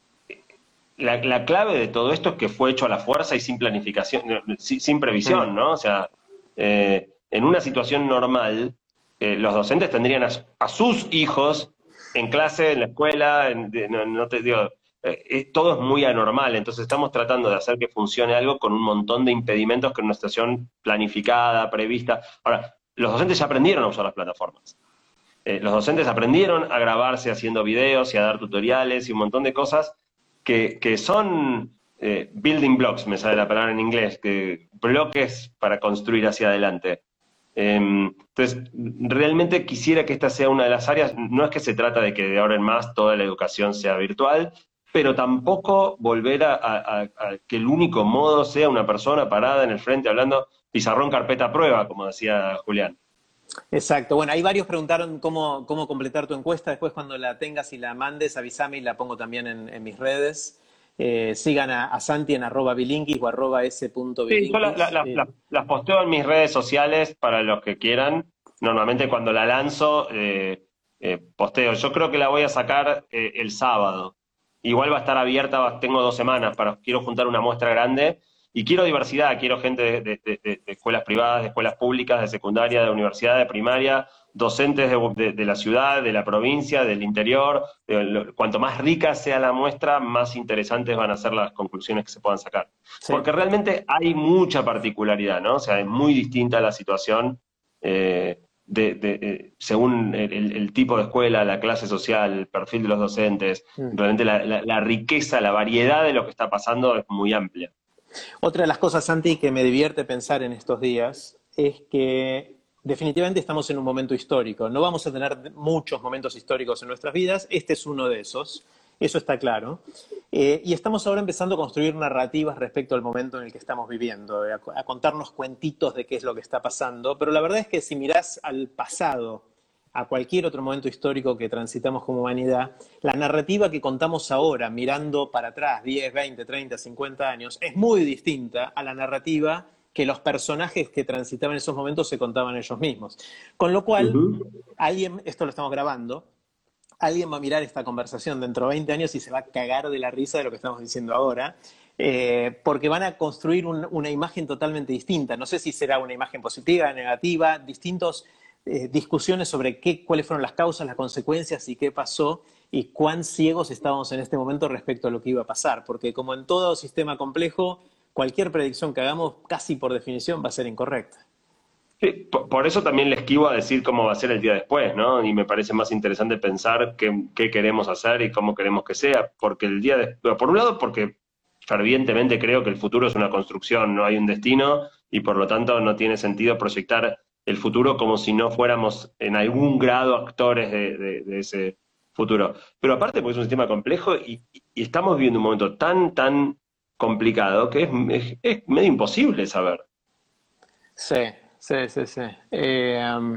la, la clave de todo esto es que fue hecho a la fuerza y sin planificación, sin, sin previsión, ¿no? O sea, eh, en una situación normal, eh, los docentes tendrían a, a sus hijos en clase, en la escuela, en, de, no, no te digo, eh, es, todo es muy anormal, entonces estamos tratando de hacer que funcione algo con un montón de impedimentos que en una situación planificada, prevista. Ahora, los docentes ya aprendieron a usar las plataformas. Eh, los docentes aprendieron a grabarse haciendo videos y a dar tutoriales y un montón de cosas que, que son eh, building blocks, me sale la palabra en inglés, que bloques para construir hacia adelante. Eh, entonces, realmente quisiera que esta sea una de las áreas, no es que se trata de que de ahora en más toda la educación sea virtual, pero tampoco volver a, a, a que el único modo sea una persona parada en el frente hablando pizarrón, carpeta, prueba, como decía Julián. Exacto. Bueno, ahí varios preguntaron cómo, cómo completar tu encuesta. Después, cuando la tengas y la mandes, avísame y la pongo también en, en mis redes. Eh, sigan a, a Santi en arroba bilinguis o arroba s.bilinguis. Sí, yo la, la, la, eh. la, las posteo en mis redes sociales para los que quieran. Normalmente cuando la lanzo, eh, eh, posteo. Yo creo que la voy a sacar eh, el sábado. Igual va a estar abierta, tengo dos semanas, para quiero juntar una muestra grande. Y quiero diversidad, quiero gente de, de, de, de escuelas privadas, de escuelas públicas, de secundaria, de universidad, de primaria, docentes de, de, de la ciudad, de la provincia, del interior. De lo, cuanto más rica sea la muestra, más interesantes van a ser las conclusiones que se puedan sacar. Sí. Porque realmente hay mucha particularidad, ¿no? O sea, es muy distinta la situación eh, de, de, de, según el, el, el tipo de escuela, la clase social, el perfil de los docentes. Mm. Realmente la, la, la riqueza, la variedad de lo que está pasando es muy amplia. Otra de las cosas, Santi, que me divierte pensar en estos días es que definitivamente estamos en un momento histórico. No vamos a tener muchos momentos históricos en nuestras vidas, este es uno de esos, eso está claro. Eh, y estamos ahora empezando a construir narrativas respecto al momento en el que estamos viviendo, a, a contarnos cuentitos de qué es lo que está pasando, pero la verdad es que si mirás al pasado, a cualquier otro momento histórico que transitamos como humanidad, la narrativa que contamos ahora, mirando para atrás, diez, veinte, treinta, cincuenta años, es muy distinta a la narrativa que los personajes que transitaban esos momentos se contaban ellos mismos. Con lo cual, uh-huh. alguien, esto lo estamos grabando, alguien va a mirar esta conversación dentro de veinte años y se va a cagar de la risa de lo que estamos diciendo ahora, eh, porque van a construir un, una imagen totalmente distinta. No sé si será una imagen positiva, negativa, distintos... Eh, discusiones sobre qué, cuáles fueron las causas, las consecuencias y qué pasó y cuán ciegos estábamos en este momento respecto a lo que iba a pasar, porque como en todo sistema complejo, cualquier predicción que hagamos casi por definición va a ser incorrecta. Sí, por, por eso también le esquivo a decir cómo va a ser el día después, ¿no? Y me parece más interesante pensar qué, qué queremos hacer y cómo queremos que sea, porque el día después, por un lado porque fervientemente creo que el futuro es una construcción, no hay un destino y por lo tanto no tiene sentido proyectar el futuro como si no fuéramos en algún grado actores de, de, de ese futuro. Pero aparte porque es un sistema complejo y, y estamos viviendo un momento tan, tan complicado que es, es, es medio imposible saber. Sí, sí, sí, sí. Eh, um,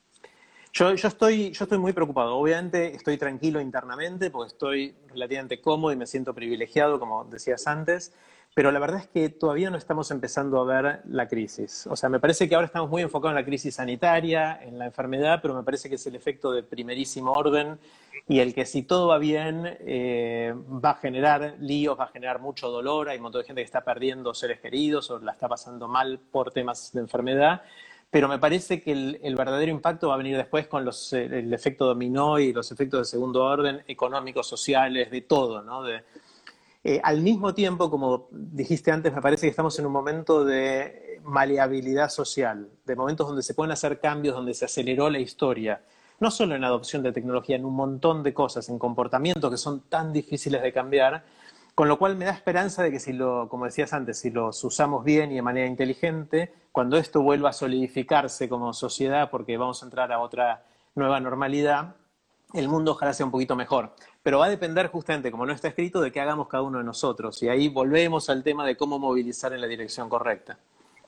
yo, yo, estoy, yo estoy muy preocupado. Obviamente estoy tranquilo internamente porque estoy relativamente cómodo y me siento privilegiado, como decías antes. Pero la verdad es que todavía no estamos empezando a ver la crisis. O sea, me parece que ahora estamos muy enfocados en la crisis sanitaria, en la enfermedad, pero me parece que es el efecto de primerísimo orden y el que si todo va bien eh, va a generar líos, va a generar mucho dolor. Hay un montón de gente que está perdiendo seres queridos o la está pasando mal por temas de enfermedad. Pero me parece que el, el verdadero impacto va a venir después con los, el efecto dominó y los efectos de segundo orden, económicos, sociales, de todo, ¿no? De, Eh, al mismo tiempo, como dijiste antes, me parece que estamos en un momento de maleabilidad social, de momentos donde se pueden hacer cambios, donde se aceleró la historia, no solo en adopción de tecnología, en un montón de cosas, en comportamientos que son tan difíciles de cambiar, con lo cual me da esperanza de que si lo, como decías antes, si los usamos bien y de manera inteligente, cuando esto vuelva a solidificarse como sociedad, porque vamos a entrar a otra nueva normalidad, el mundo ojalá sea un poquito mejor. Pero va a depender justamente, como no está escrito, de qué hagamos cada uno de nosotros. Y ahí volvemos al tema de cómo movilizar en la dirección correcta.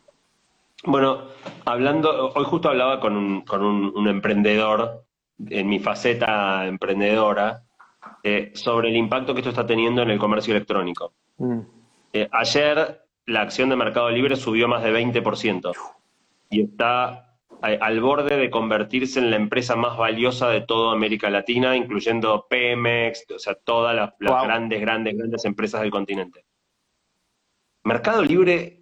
Bueno, hablando, hoy justo hablaba con un, con un, un emprendedor, en mi faceta emprendedora, eh, sobre el impacto que esto está teniendo en el comercio electrónico. Mm. Eh, ayer la acción de Mercado Libre subió más de veinte por ciento. Y está a, al borde de convertirse en la empresa más valiosa de toda América Latina, incluyendo Pemex, o sea, todas las, las Wow. grandes, grandes, grandes empresas del continente. Mercado Libre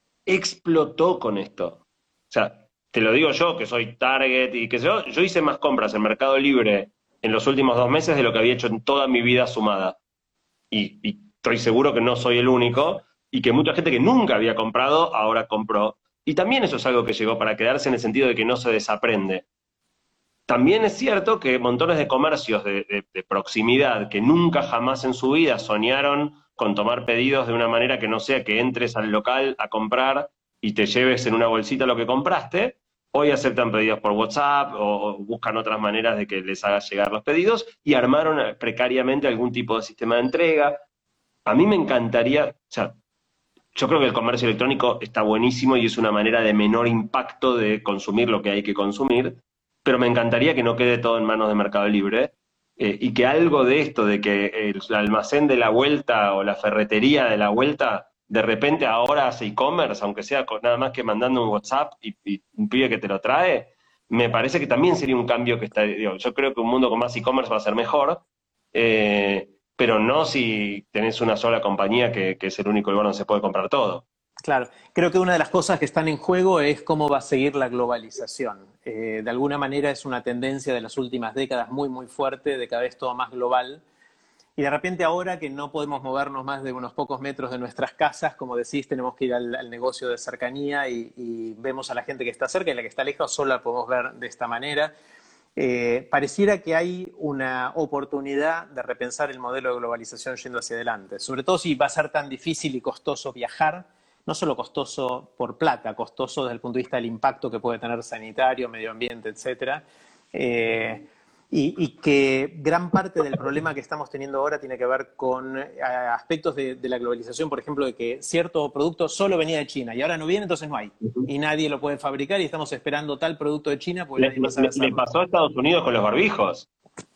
explotó con esto. O sea, te lo digo yo, que soy Target y que yo, yo hice más compras en Mercado Libre en los últimos dos meses de lo que había hecho en toda mi vida sumada. Y, y estoy seguro que no soy el único, y que mucha gente que nunca había comprado, ahora compró. Y también eso es algo que llegó para quedarse en el sentido de que no se desaprende. También es cierto que montones de comercios de, de, de proximidad que nunca jamás en su vida soñaron con tomar pedidos de una manera que no sea que entres al local a comprar y te lleves en una bolsita lo que compraste, hoy aceptan pedidos por WhatsApp o, o buscan otras maneras de que les hagas llegar los pedidos y armaron precariamente algún tipo de sistema de entrega. A mí me encantaría, o sea, yo creo que el comercio electrónico está buenísimo y es una manera de menor impacto de consumir lo que hay que consumir, pero me encantaría que no quede todo en manos de Mercado Libre eh, y que algo de esto, de que el almacén de la vuelta o la ferretería de la vuelta, de repente ahora hace e-commerce, aunque sea con, nada más que mandando un WhatsApp y, y un pibe que te lo trae, me parece que también sería un cambio que está, digo, yo creo que un mundo con más e-commerce va a ser mejor, eh, pero no si tenés una sola compañía que, que es el único lugar donde se puede comprar todo. Claro, creo que una de las cosas que están en juego es cómo va a seguir la globalización. Eh, de alguna manera es una tendencia de las últimas décadas muy, muy fuerte, de cada vez todo más global. Y de repente ahora que no podemos movernos más de unos pocos metros de nuestras casas, como decís, tenemos que ir al, al negocio de cercanía y, y vemos a la gente que está cerca y la que está lejos solo la podemos ver de esta manera. Eh, pareciera que hay una oportunidad de repensar el modelo de globalización yendo hacia adelante, sobre todo si va a ser tan difícil y costoso viajar, no solo costoso por plata, costoso desde el punto de vista del impacto que puede tener sanitario, medio ambiente, etcétera. Eh, y, y que gran parte del problema que estamos teniendo ahora tiene que ver con eh, aspectos de, de la globalización, por ejemplo, de que cierto producto solo venía de China y ahora no viene, entonces no hay. Y nadie lo puede fabricar y estamos esperando tal producto de China porque Le, nadie más sabe le, le hacerlo. pasó a Estados Unidos con los barbijos.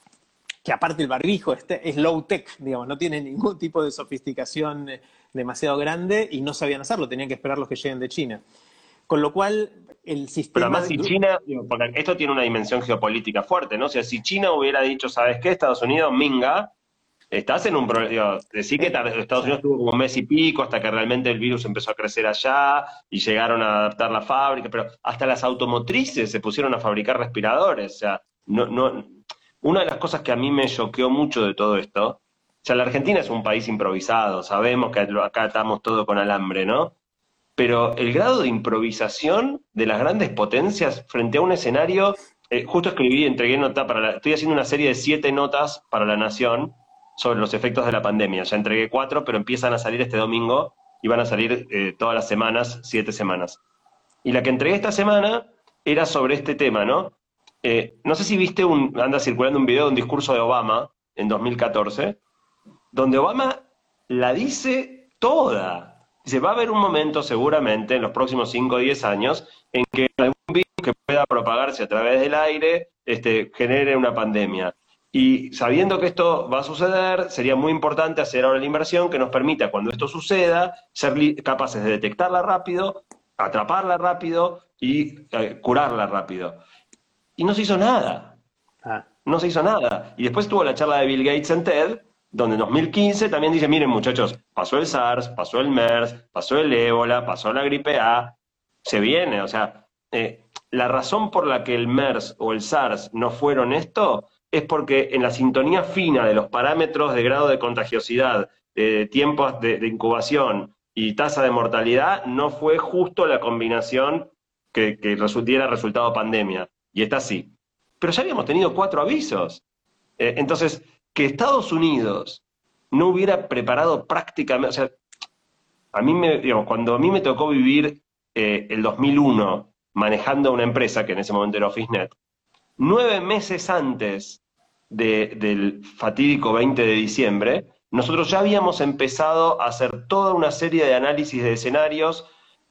Que aparte el barbijo este es low tech, digamos, no tiene ningún tipo de sofisticación eh, demasiado grande y no sabían hacerlo, tenían que esperar los que lleguen de China. Con lo cual, el Pero sistema... además si de... China, digo, porque esto tiene una dimensión geopolítica fuerte, ¿no? O sea, si China hubiera dicho, ¿sabes qué? Estados Unidos, minga, estás en un problema, decir que Estados Unidos tuvo como un mes y pico hasta que realmente el virus empezó a crecer allá y llegaron a adaptar la fábrica, pero hasta las automotrices se pusieron a fabricar respiradores, o sea, no, no, una de las cosas que a mí me choqueó mucho de todo esto, o sea, la Argentina es un país improvisado, sabemos que acá estamos todos con alambre, ¿no? Pero el grado de improvisación de las grandes potencias frente a un escenario, eh, justo escribí, entregué nota para la, estoy haciendo una serie de siete notas para La Nación sobre los efectos de la pandemia, ya entregué cuatro, pero empiezan a salir este domingo y van a salir eh, todas las semanas, siete semanas. Y la que entregué esta semana era sobre este tema, ¿no? Eh, no sé si viste, un, anda circulando un video de un discurso de Obama en dos mil catorce, donde Obama la dice toda. Dice, va a haber un momento seguramente en los próximos cinco o diez años en que algún virus que pueda propagarse a través del aire este, genere una pandemia. Y sabiendo que esto va a suceder, sería muy importante hacer ahora la inversión que nos permita, cuando esto suceda, ser capaces de detectarla rápido, atraparla rápido y eh, curarla rápido. Y no se hizo nada. Ah. No se hizo nada. Y después tuvo la charla de Bill Gates en TED, donde en dos mil quince también dice, miren muchachos, pasó el SARS, pasó el MERS, pasó el ébola, pasó la gripe A, se viene, o sea, eh, la razón por la que el MERS o el SARS no fueron esto es porque en la sintonía fina de los parámetros de grado de contagiosidad, de tiempos de, de incubación y tasa de mortalidad, no fue justo la combinación que, que diera resultado pandemia, y está así. Pero ya habíamos tenido cuatro avisos. Eh, entonces, que Estados Unidos no hubiera preparado prácticamente, o sea, a mí me, digamos, cuando a mí me tocó vivir eh, el dos mil uno manejando una empresa, que en ese momento era OfficeNet, nueve meses antes de, del fatídico veinte de diciembre, nosotros ya habíamos empezado a hacer toda una serie de análisis de escenarios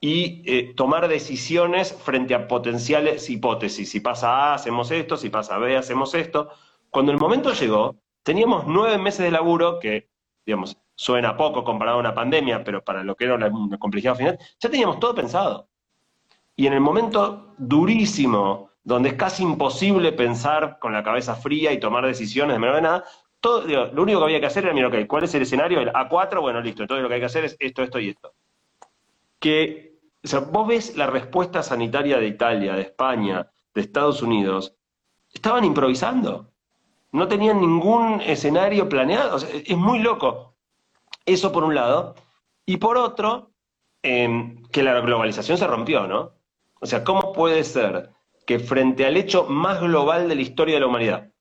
y eh, tomar decisiones frente a potenciales hipótesis. Si pasa A, hacemos esto, si pasa B, hacemos esto. Cuando el momento llegó, teníamos nueve meses de laburo, que, digamos, suena poco comparado a una pandemia, pero para lo que era una, una complejidad final, ya teníamos todo pensado. y en el momento durísimo, donde es casi imposible pensar con la cabeza fría y tomar decisiones de menor de nada, todo, digo, lo único que había que hacer era, mira, ok, ¿cuál es el escenario? El A cuatro, bueno, listo, entonces lo que hay que hacer es esto, esto y esto. Que, o sea, vos ves la respuesta sanitaria de Italia, de España, de Estados Unidos, estaban improvisando. No tenían ningún escenario planeado. O sea, es muy loco. Eso por un lado. Y por otro, eh, que la globalización se rompió, ¿no? O sea, ¿cómo puede ser que frente al hecho más global de la historia de la humanidad,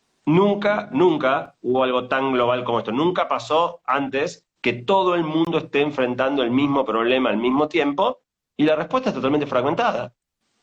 nunca, nunca hubo algo tan global como esto? Nunca pasó antes que todo el mundo esté enfrentando el mismo problema al mismo tiempo, y la respuesta es totalmente fragmentada.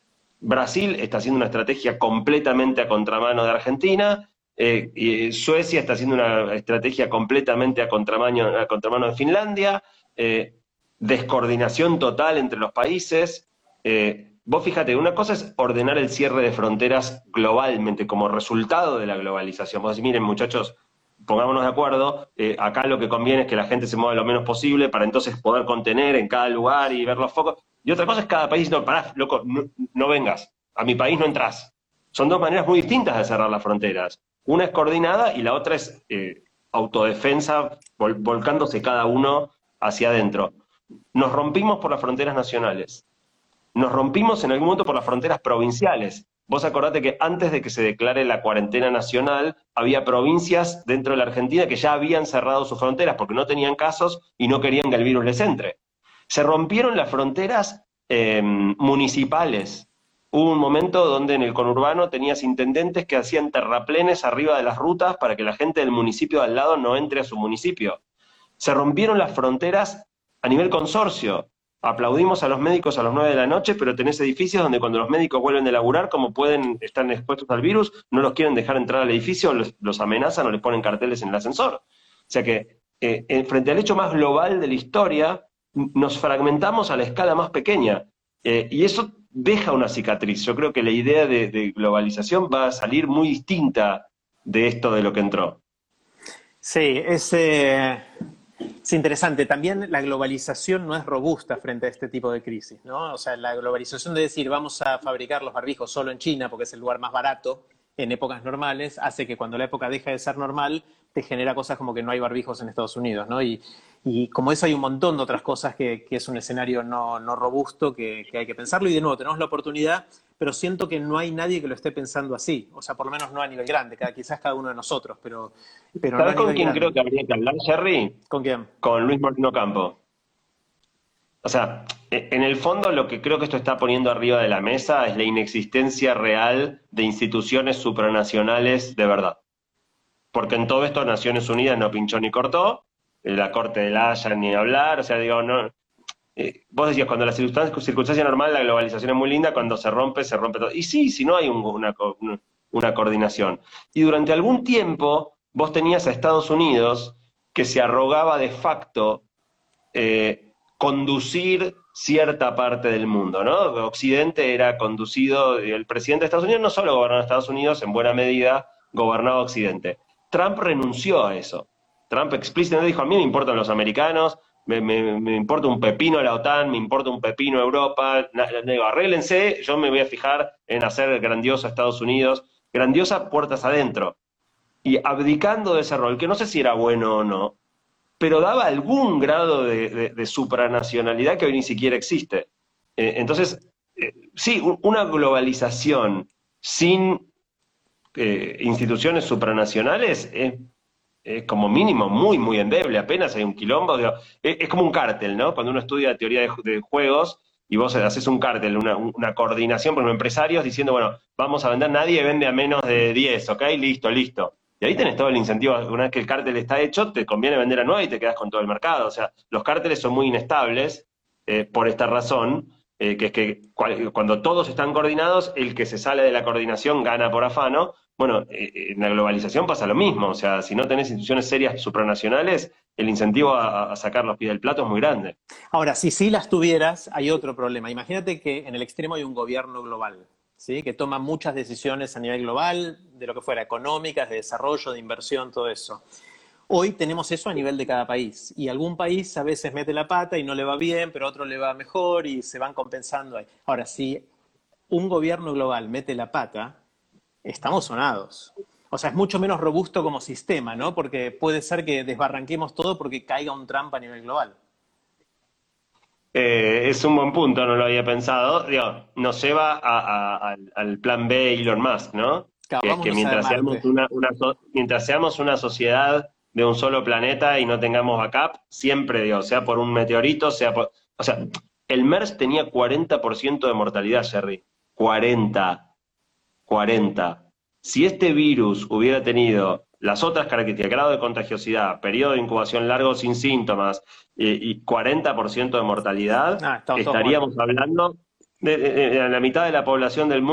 Brasil está haciendo una estrategia completamente a contramano de Argentina, eh, y Suecia está haciendo una estrategia completamente a contramano, a contramano de Finlandia, eh, descoordinación total entre los países. Eh, vos fíjate, una cosa es ordenar el cierre de fronteras globalmente como resultado de la globalización. Vos decís, miren muchachos, pongámonos de acuerdo, eh, acá lo que conviene es que la gente se mueva lo menos posible para entonces poder contener en cada lugar y ver los focos. Y otra cosa es cada país, no, pará, loco, no, no vengas, a mi país no entras. Son dos maneras muy distintas de cerrar las fronteras. Una es coordinada y la otra es eh, autodefensa, vol volcándose cada uno hacia adentro. Nos rompimos por las fronteras nacionales. Nos rompimos en algún momento por las fronteras provinciales. Vos acordate que antes de que se declare la cuarentena nacional, había provincias dentro de la Argentina que ya habían cerrado sus fronteras porque no tenían casos y no querían que el virus les entre. Se rompieron las fronteras eh, municipales. Hubo un momento donde en el conurbano tenías intendentes que hacían terraplenes arriba de las rutas para que la gente del municipio de al lado no entre a su municipio. Se rompieron las fronteras a nivel consorcio. Aplaudimos a los médicos a las nueve de la noche, pero tenés edificios donde cuando los médicos vuelven de laburar, como pueden estar expuestos al virus, no los quieren dejar entrar al edificio, los, los amenazan o les ponen carteles en el ascensor. O sea que, eh, frente al hecho más global de la historia, nos fragmentamos a la escala más pequeña. Eh, y eso deja una cicatriz. Yo creo que la idea de, de globalización va a salir muy distinta de esto de lo que entró. Sí, es... Eh... Es interesante, también la globalización no es robusta frente a este tipo de crisis, ¿no? O sea, la globalización de decir vamos a fabricar los barbijos solo en China porque es el lugar más barato en épocas normales, hace que cuando la época deja de ser normal, te genera cosas como que no hay barbijos en Estados Unidos, ¿no? Y, y como eso hay un montón de otras cosas que, que es un escenario no, no robusto, que, que hay que pensarlo, y de nuevo, tenemos la oportunidad, pero siento que no hay nadie que lo esté pensando así, o sea, por lo menos no a nivel grande, cada, quizás cada uno de nosotros, pero, pero ¿Sabes no con quién grande. Creo que habría que hablar, Jerry? ¿Con quién? Con Luis Moreno Campo. O sea, en el fondo lo que creo que esto está poniendo arriba de la mesa es la inexistencia real de instituciones supranacionales de verdad. Porque en todo esto Naciones Unidas no pinchó ni cortó, la Corte de la Haya ni hablar, o sea, digo, no... Eh, vos decías, cuando la circunstancia, circunstancia normal, la globalización es muy linda, cuando se rompe, se rompe todo. Y sí, si no hay un, una, una coordinación. Y durante algún tiempo vos tenías a Estados Unidos que se arrogaba de facto eh, conducir cierta parte del mundo, ¿no? Occidente era conducido, el presidente de Estados Unidos no solo gobernaba Estados Unidos, en buena medida gobernaba Occidente. Trump renunció a eso. Trump explícitamente dijo, a mí me importan los americanos, me, me, me importa un pepino la OTAN, me importa un pepino Europa, digo, arréglense, yo me voy a fijar en hacer grandioso a Estados Unidos, grandiosa puertas adentro. Y abdicando de ese rol, que no sé si era bueno o no, pero daba algún grado de, de, de supranacionalidad que hoy ni siquiera existe. Eh, entonces, eh, sí, una globalización sin eh, instituciones supranacionales es, es como mínimo muy, muy endeble, apenas hay un quilombo. Digo, es, es como un cártel, ¿no? Cuando uno estudia teoría de, de juegos y vos haces un cártel, una, una coordinación por los empresarios diciendo, bueno, vamos a vender, nadie vende a menos de diez, ¿ok? Listo, listo. Y ahí tenés todo el incentivo, una vez que el cártel está hecho, te conviene vender a nueve y te quedás con todo el mercado. O sea, los cárteles son muy inestables eh, por esta razón, eh, que es que cual, cuando todos están coordinados, el que se sale de la coordinación gana por afano. Bueno, eh, en la globalización pasa lo mismo. O sea, si no tenés instituciones serias supranacionales, el incentivo a, a sacar los pies del plato es muy grande. Ahora, si sí las tuvieras, hay otro problema. Imagínate que en el extremo hay un gobierno global, ¿sí? Que toma muchas decisiones a nivel global, de lo que fuera, económicas, de desarrollo, de inversión, todo eso. Hoy tenemos eso a nivel de cada país y algún país a veces mete la pata y no le va bien, pero a otro le va mejor y se van compensando ahí. Ahora, si un gobierno global mete la pata, estamos sonados. O sea, es mucho menos robusto como sistema, ¿no? Porque puede ser que desbarranquemos todo porque caiga un Trump a nivel global. Eh, es un buen punto, no lo había pensado. Digo, nos lleva a- a- al, al plan B Elon Musk, ¿no? Claro, Que es que vámonos a mientras seamos Marte. una, una so- mientras seamos una sociedad de un solo planeta y no tengamos backup, siempre, digo, sea por un meteorito, sea por... O sea, el MERS tenía cuarenta por ciento de mortalidad, Jerry. cuarenta. cuarenta. Si este virus hubiera tenido las otras características, grado de contagiosidad, periodo de incubación largo sin síntomas eh, y cuarenta por ciento de mortalidad, Ah, estamos todos muertos. estaríamos hablando de, de- de la mitad de la población del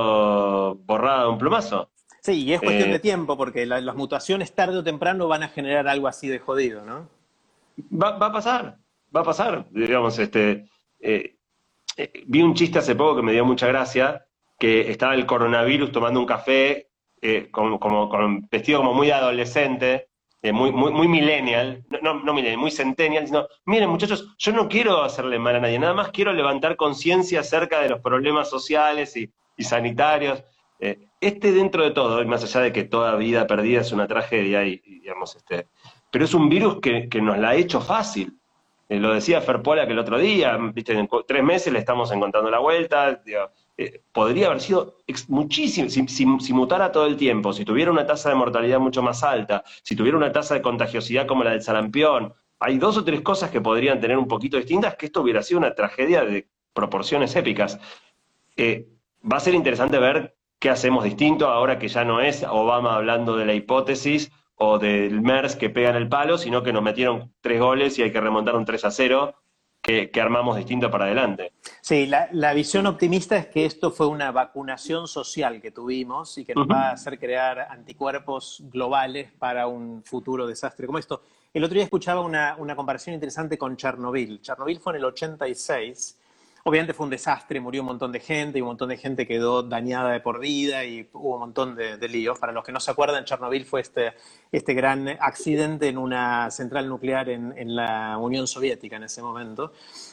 mundo borrada de un plumazo. Sí, y es cuestión de Eh, tiempo porque la- las mutaciones tarde o temprano van a generar algo así de jodido, ¿no? va, va a pasar, va a pasar. Digamos, este, eh, eh, vi un chiste hace poco que me dio mucha gracia, que estaba el coronavirus tomando un café, eh, con, como, con vestido como muy adolescente, eh, muy, muy, muy millennial, no, no, no millennial, muy centennial, diciendo, miren muchachos, yo no quiero hacerle mal a nadie, nada más quiero levantar conciencia acerca de los problemas sociales y, y sanitarios. Eh, este dentro de todo, y más allá de que toda vida perdida es una tragedia, y, y, digamos, este, pero es un virus que, que nos la ha hecho fácil. Eh, lo decía Ferpola que el otro día, viste, en cu- tres meses le estamos encontrando la vuelta. Digo, eh, podría haber sido ex- muchísimo, si, si, si mutara todo el tiempo, si tuviera una tasa de mortalidad mucho más alta, si tuviera una tasa de contagiosidad como la del sarampión, hay dos o tres cosas que podrían tener un poquito distintas, que esto hubiera sido una tragedia de proporciones épicas. Eh, Va a ser interesante ver qué hacemos distinto ahora que ya no es Obama hablando de la hipótesis o del MERS que pega en el palo, sino que nos metieron tres goles y hay que remontar un tres a cero que, que armamos distinto para adelante. Sí, la, la visión optimista es que esto fue una vacunación social que tuvimos y que nos va a Ujú. hacer crear anticuerpos globales para un futuro desastre como esto. El otro día escuchaba una, una comparación interesante con Chernobyl. Chernobyl fue en el ochenta y seis. Obviamente fue un desastre, murió un montón de gente y un montón de gente quedó dañada de por vida y hubo un montón de, de líos. Para los que no se acuerdan, Chernobyl fue este, este gran accidente en una central nuclear en, en la Unión Soviética en ese momento.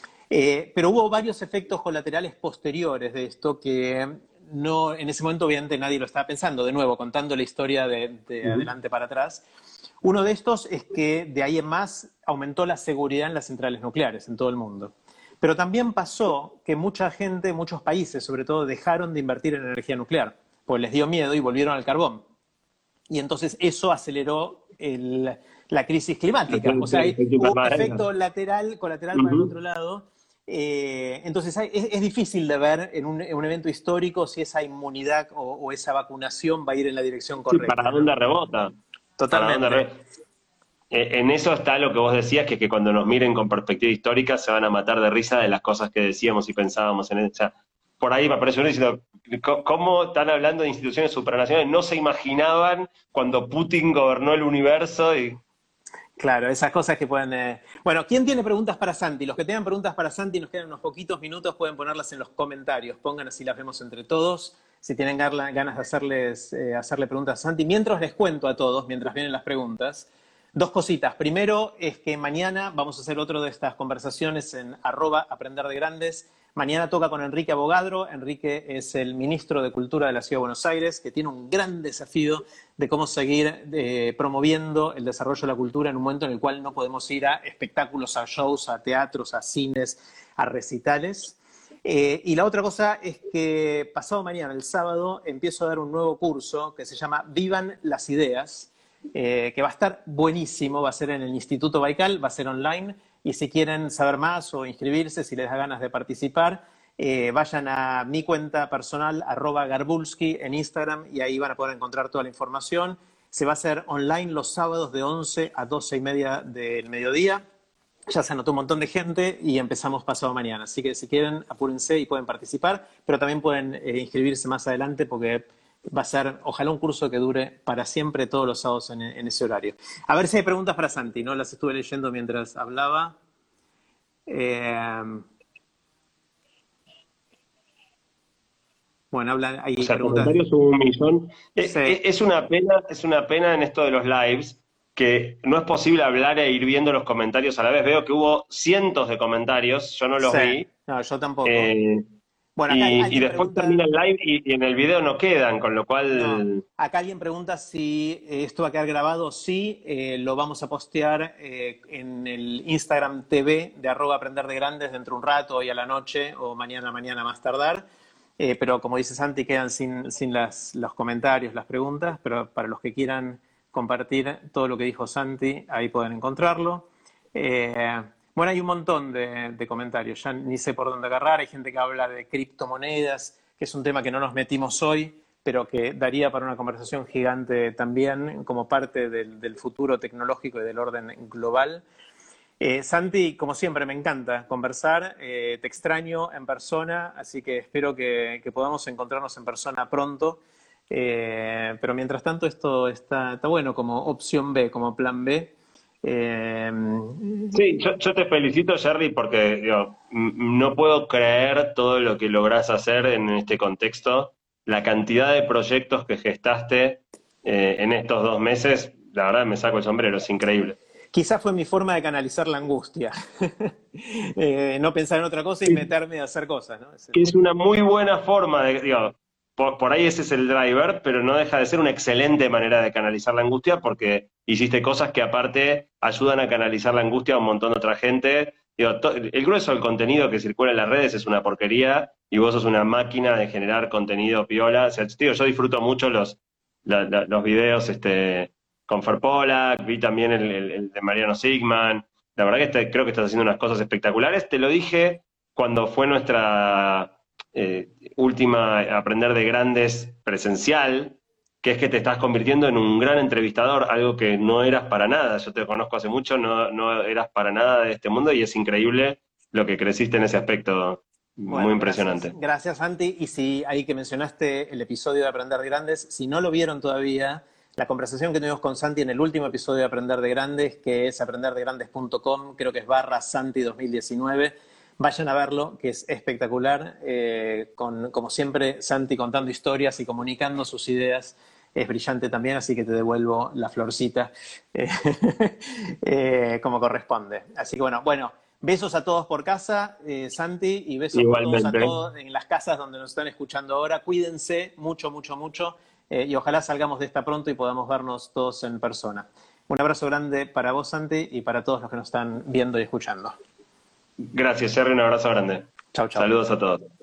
Eh, pero hubo varios efectos colaterales posteriores de esto que no, en ese momento obviamente nadie lo estaba pensando. De nuevo, contando la historia de, de Ujú. adelante para atrás. Uno de estos es que de ahí en más aumentó la seguridad en las centrales nucleares en todo el mundo. Pero también pasó que mucha gente, muchos países sobre todo, dejaron de invertir en energía nuclear, pues les dio miedo y volvieron al carbón. Y entonces eso aceleró el, la crisis climática. O sea, hay, Efecto hubo un invernadero. efecto lateral, colateral para el Ujú. otro lado. Eh, entonces hay, es, es, difícil de ver en un, en un, evento histórico si esa inmunidad o, o, esa vacunación va a ir en la dirección Sí, ¿para correcta, ¿no? dónde rebota? ¿Para dónde Totalmente. rebota? Eh, En eso está lo que vos decías, que, que cuando nos miren con perspectiva histórica se van a matar de risa de las cosas que decíamos y pensábamos en ella. Por ahí me apareció uno diciendo, "Co- ¿cómo están hablando de instituciones supranacionales? No se imaginaban cuando Putin gobernó el universo y Claro, esas cosas que pueden... Eh... Bueno, ¿quién tiene preguntas para Santi? Los que tengan preguntas para Santi, nos quedan unos poquitos minutos, pueden ponerlas en los comentarios. Pongan así las vemos entre todos. Si tienen ganas de hacerles, eh, hacerle preguntas a Santi. Mientras les cuento a todos, mientras vienen las preguntas, dos cositas. Primero es que mañana vamos a hacer otro de estas conversaciones en arroba aprender de grandes. Mañana toca con Enrique Abogadro. Enrique es el ministro de Cultura de la Ciudad de Buenos Aires, que tiene un gran desafío de cómo seguir eh, promoviendo el desarrollo de la cultura en un momento en el cual no podemos ir a espectáculos, a shows, a teatros, a cines, a recitales. Eh, y la otra cosa es que pasado mañana, el sábado, empiezo a dar un nuevo curso que se llama Vivan las Ideas, eh, que va a estar buenísimo, va a ser en el Instituto Baikal, va a ser online. Y si quieren saber más o inscribirse, si les da ganas de participar, eh, vayan a mi cuenta personal, arroba Garbulski en Instagram, y ahí van a poder encontrar toda la información. Se va a hacer online los sábados de once a doce y media del mediodía. Ya se anotó un montón de gente y empezamos pasado mañana. Así que si quieren, apúrense y pueden participar, pero también pueden eh, inscribirse más adelante porque va a ser, ojalá, un curso que dure para siempre todos los sábados en, en ese horario. A ver si hay preguntas para Santi, ¿no? Las estuve leyendo mientras hablaba. Eh, bueno, hablan, hay o sea, preguntas. comentarios hubo un millón. Eh, Sí, eh, Es una pena, es una pena en esto de los lives, que no es posible hablar e ir viendo los comentarios a la vez. Veo que hubo cientos de comentarios, yo no los Sí, vi. no, yo tampoco. Eh, Bueno, acá y, y alguien después pregunta, termina el live y, y en el video no quedan, con lo no, cual... acá alguien pregunta si eh, esto va a quedar grabado. Sí, eh, lo vamos a postear eh, en el Instagram T V de arroba aprender de grandes dentro de un rato, hoy a la noche o mañana, mañana más tardar. Eh, pero como dice Santi, quedan sin, sin las, los comentarios, las preguntas, pero para los que quieran compartir todo lo que dijo Santi, ahí pueden encontrarlo. Eh, bueno, hay un montón de, de comentarios, ya ni sé por dónde agarrar. Hay gente que habla de criptomonedas, que es un tema que no nos metimos hoy, pero que daría para una conversación gigante también como parte del, del futuro tecnológico y del orden global. Eh, Santi, como siempre, me encanta conversar, eh, te extraño en persona, así que espero que, que podamos encontrarnos en persona pronto. Eh, pero mientras tanto esto está, está bueno como opción B, como plan B. Eh, Sí, yo, yo te felicito, Jerry, porque digo, m- no puedo creer todo lo que lográs hacer en este contexto. La cantidad de proyectos que gestaste eh, en estos dos meses, la verdad me saco el sombrero, es increíble. Quizás fue mi forma de canalizar la angustia. Eh, no pensar en otra cosa y meterme a hacer cosas, ¿no? Es Que el- es una muy buena forma de, digo, por, por ahí ese es el driver, pero no deja de ser una excelente manera de canalizar la angustia porque hiciste cosas que aparte ayudan a canalizar la angustia a un montón de otra gente. Digo, to- el grueso del contenido que circula en las redes es una porquería y vos sos una máquina de generar contenido piola. O sea, digo, yo disfruto mucho los, la- la- los videos este, con Fer Polak, vi también el, el- el de Mariano Sigman. La verdad que este- creo que estás haciendo unas cosas espectaculares. Te lo dije cuando fue nuestra eh, última Aprender de Grandes presencial, que es que te estás convirtiendo en un gran entrevistador, algo que no eras para nada. Yo te conozco hace mucho, no, no eras para nada de este mundo y es increíble lo que creciste en ese aspecto. Muy Bueno, gracias. impresionante. Gracias, Santi. Y si ahí que mencionaste el episodio de Aprender de Grandes, si no lo vieron todavía, la conversación que tuvimos con Santi en el último episodio de Aprender de Grandes, que es aprender de grandes punto com, creo que es barra Santi dos mil diecinueve. Vayan a verlo, que es espectacular. Eh, con, como siempre, Santi contando historias y comunicando sus ideas. Es brillante también, así que te devuelvo la florcita eh, eh, como corresponde. Así que bueno, bueno, besos a todos por casa, eh, Santi, y besos por todos a Igualmente. todos en las casas donde nos están escuchando ahora. Cuídense mucho, mucho, mucho, eh, y ojalá salgamos de esta pronto y podamos vernos todos en persona. Un abrazo grande para vos, Santi, y para todos los que nos están viendo y escuchando. Gracias, Jerry, un abrazo grande. Chau, chau. Saludos a todos.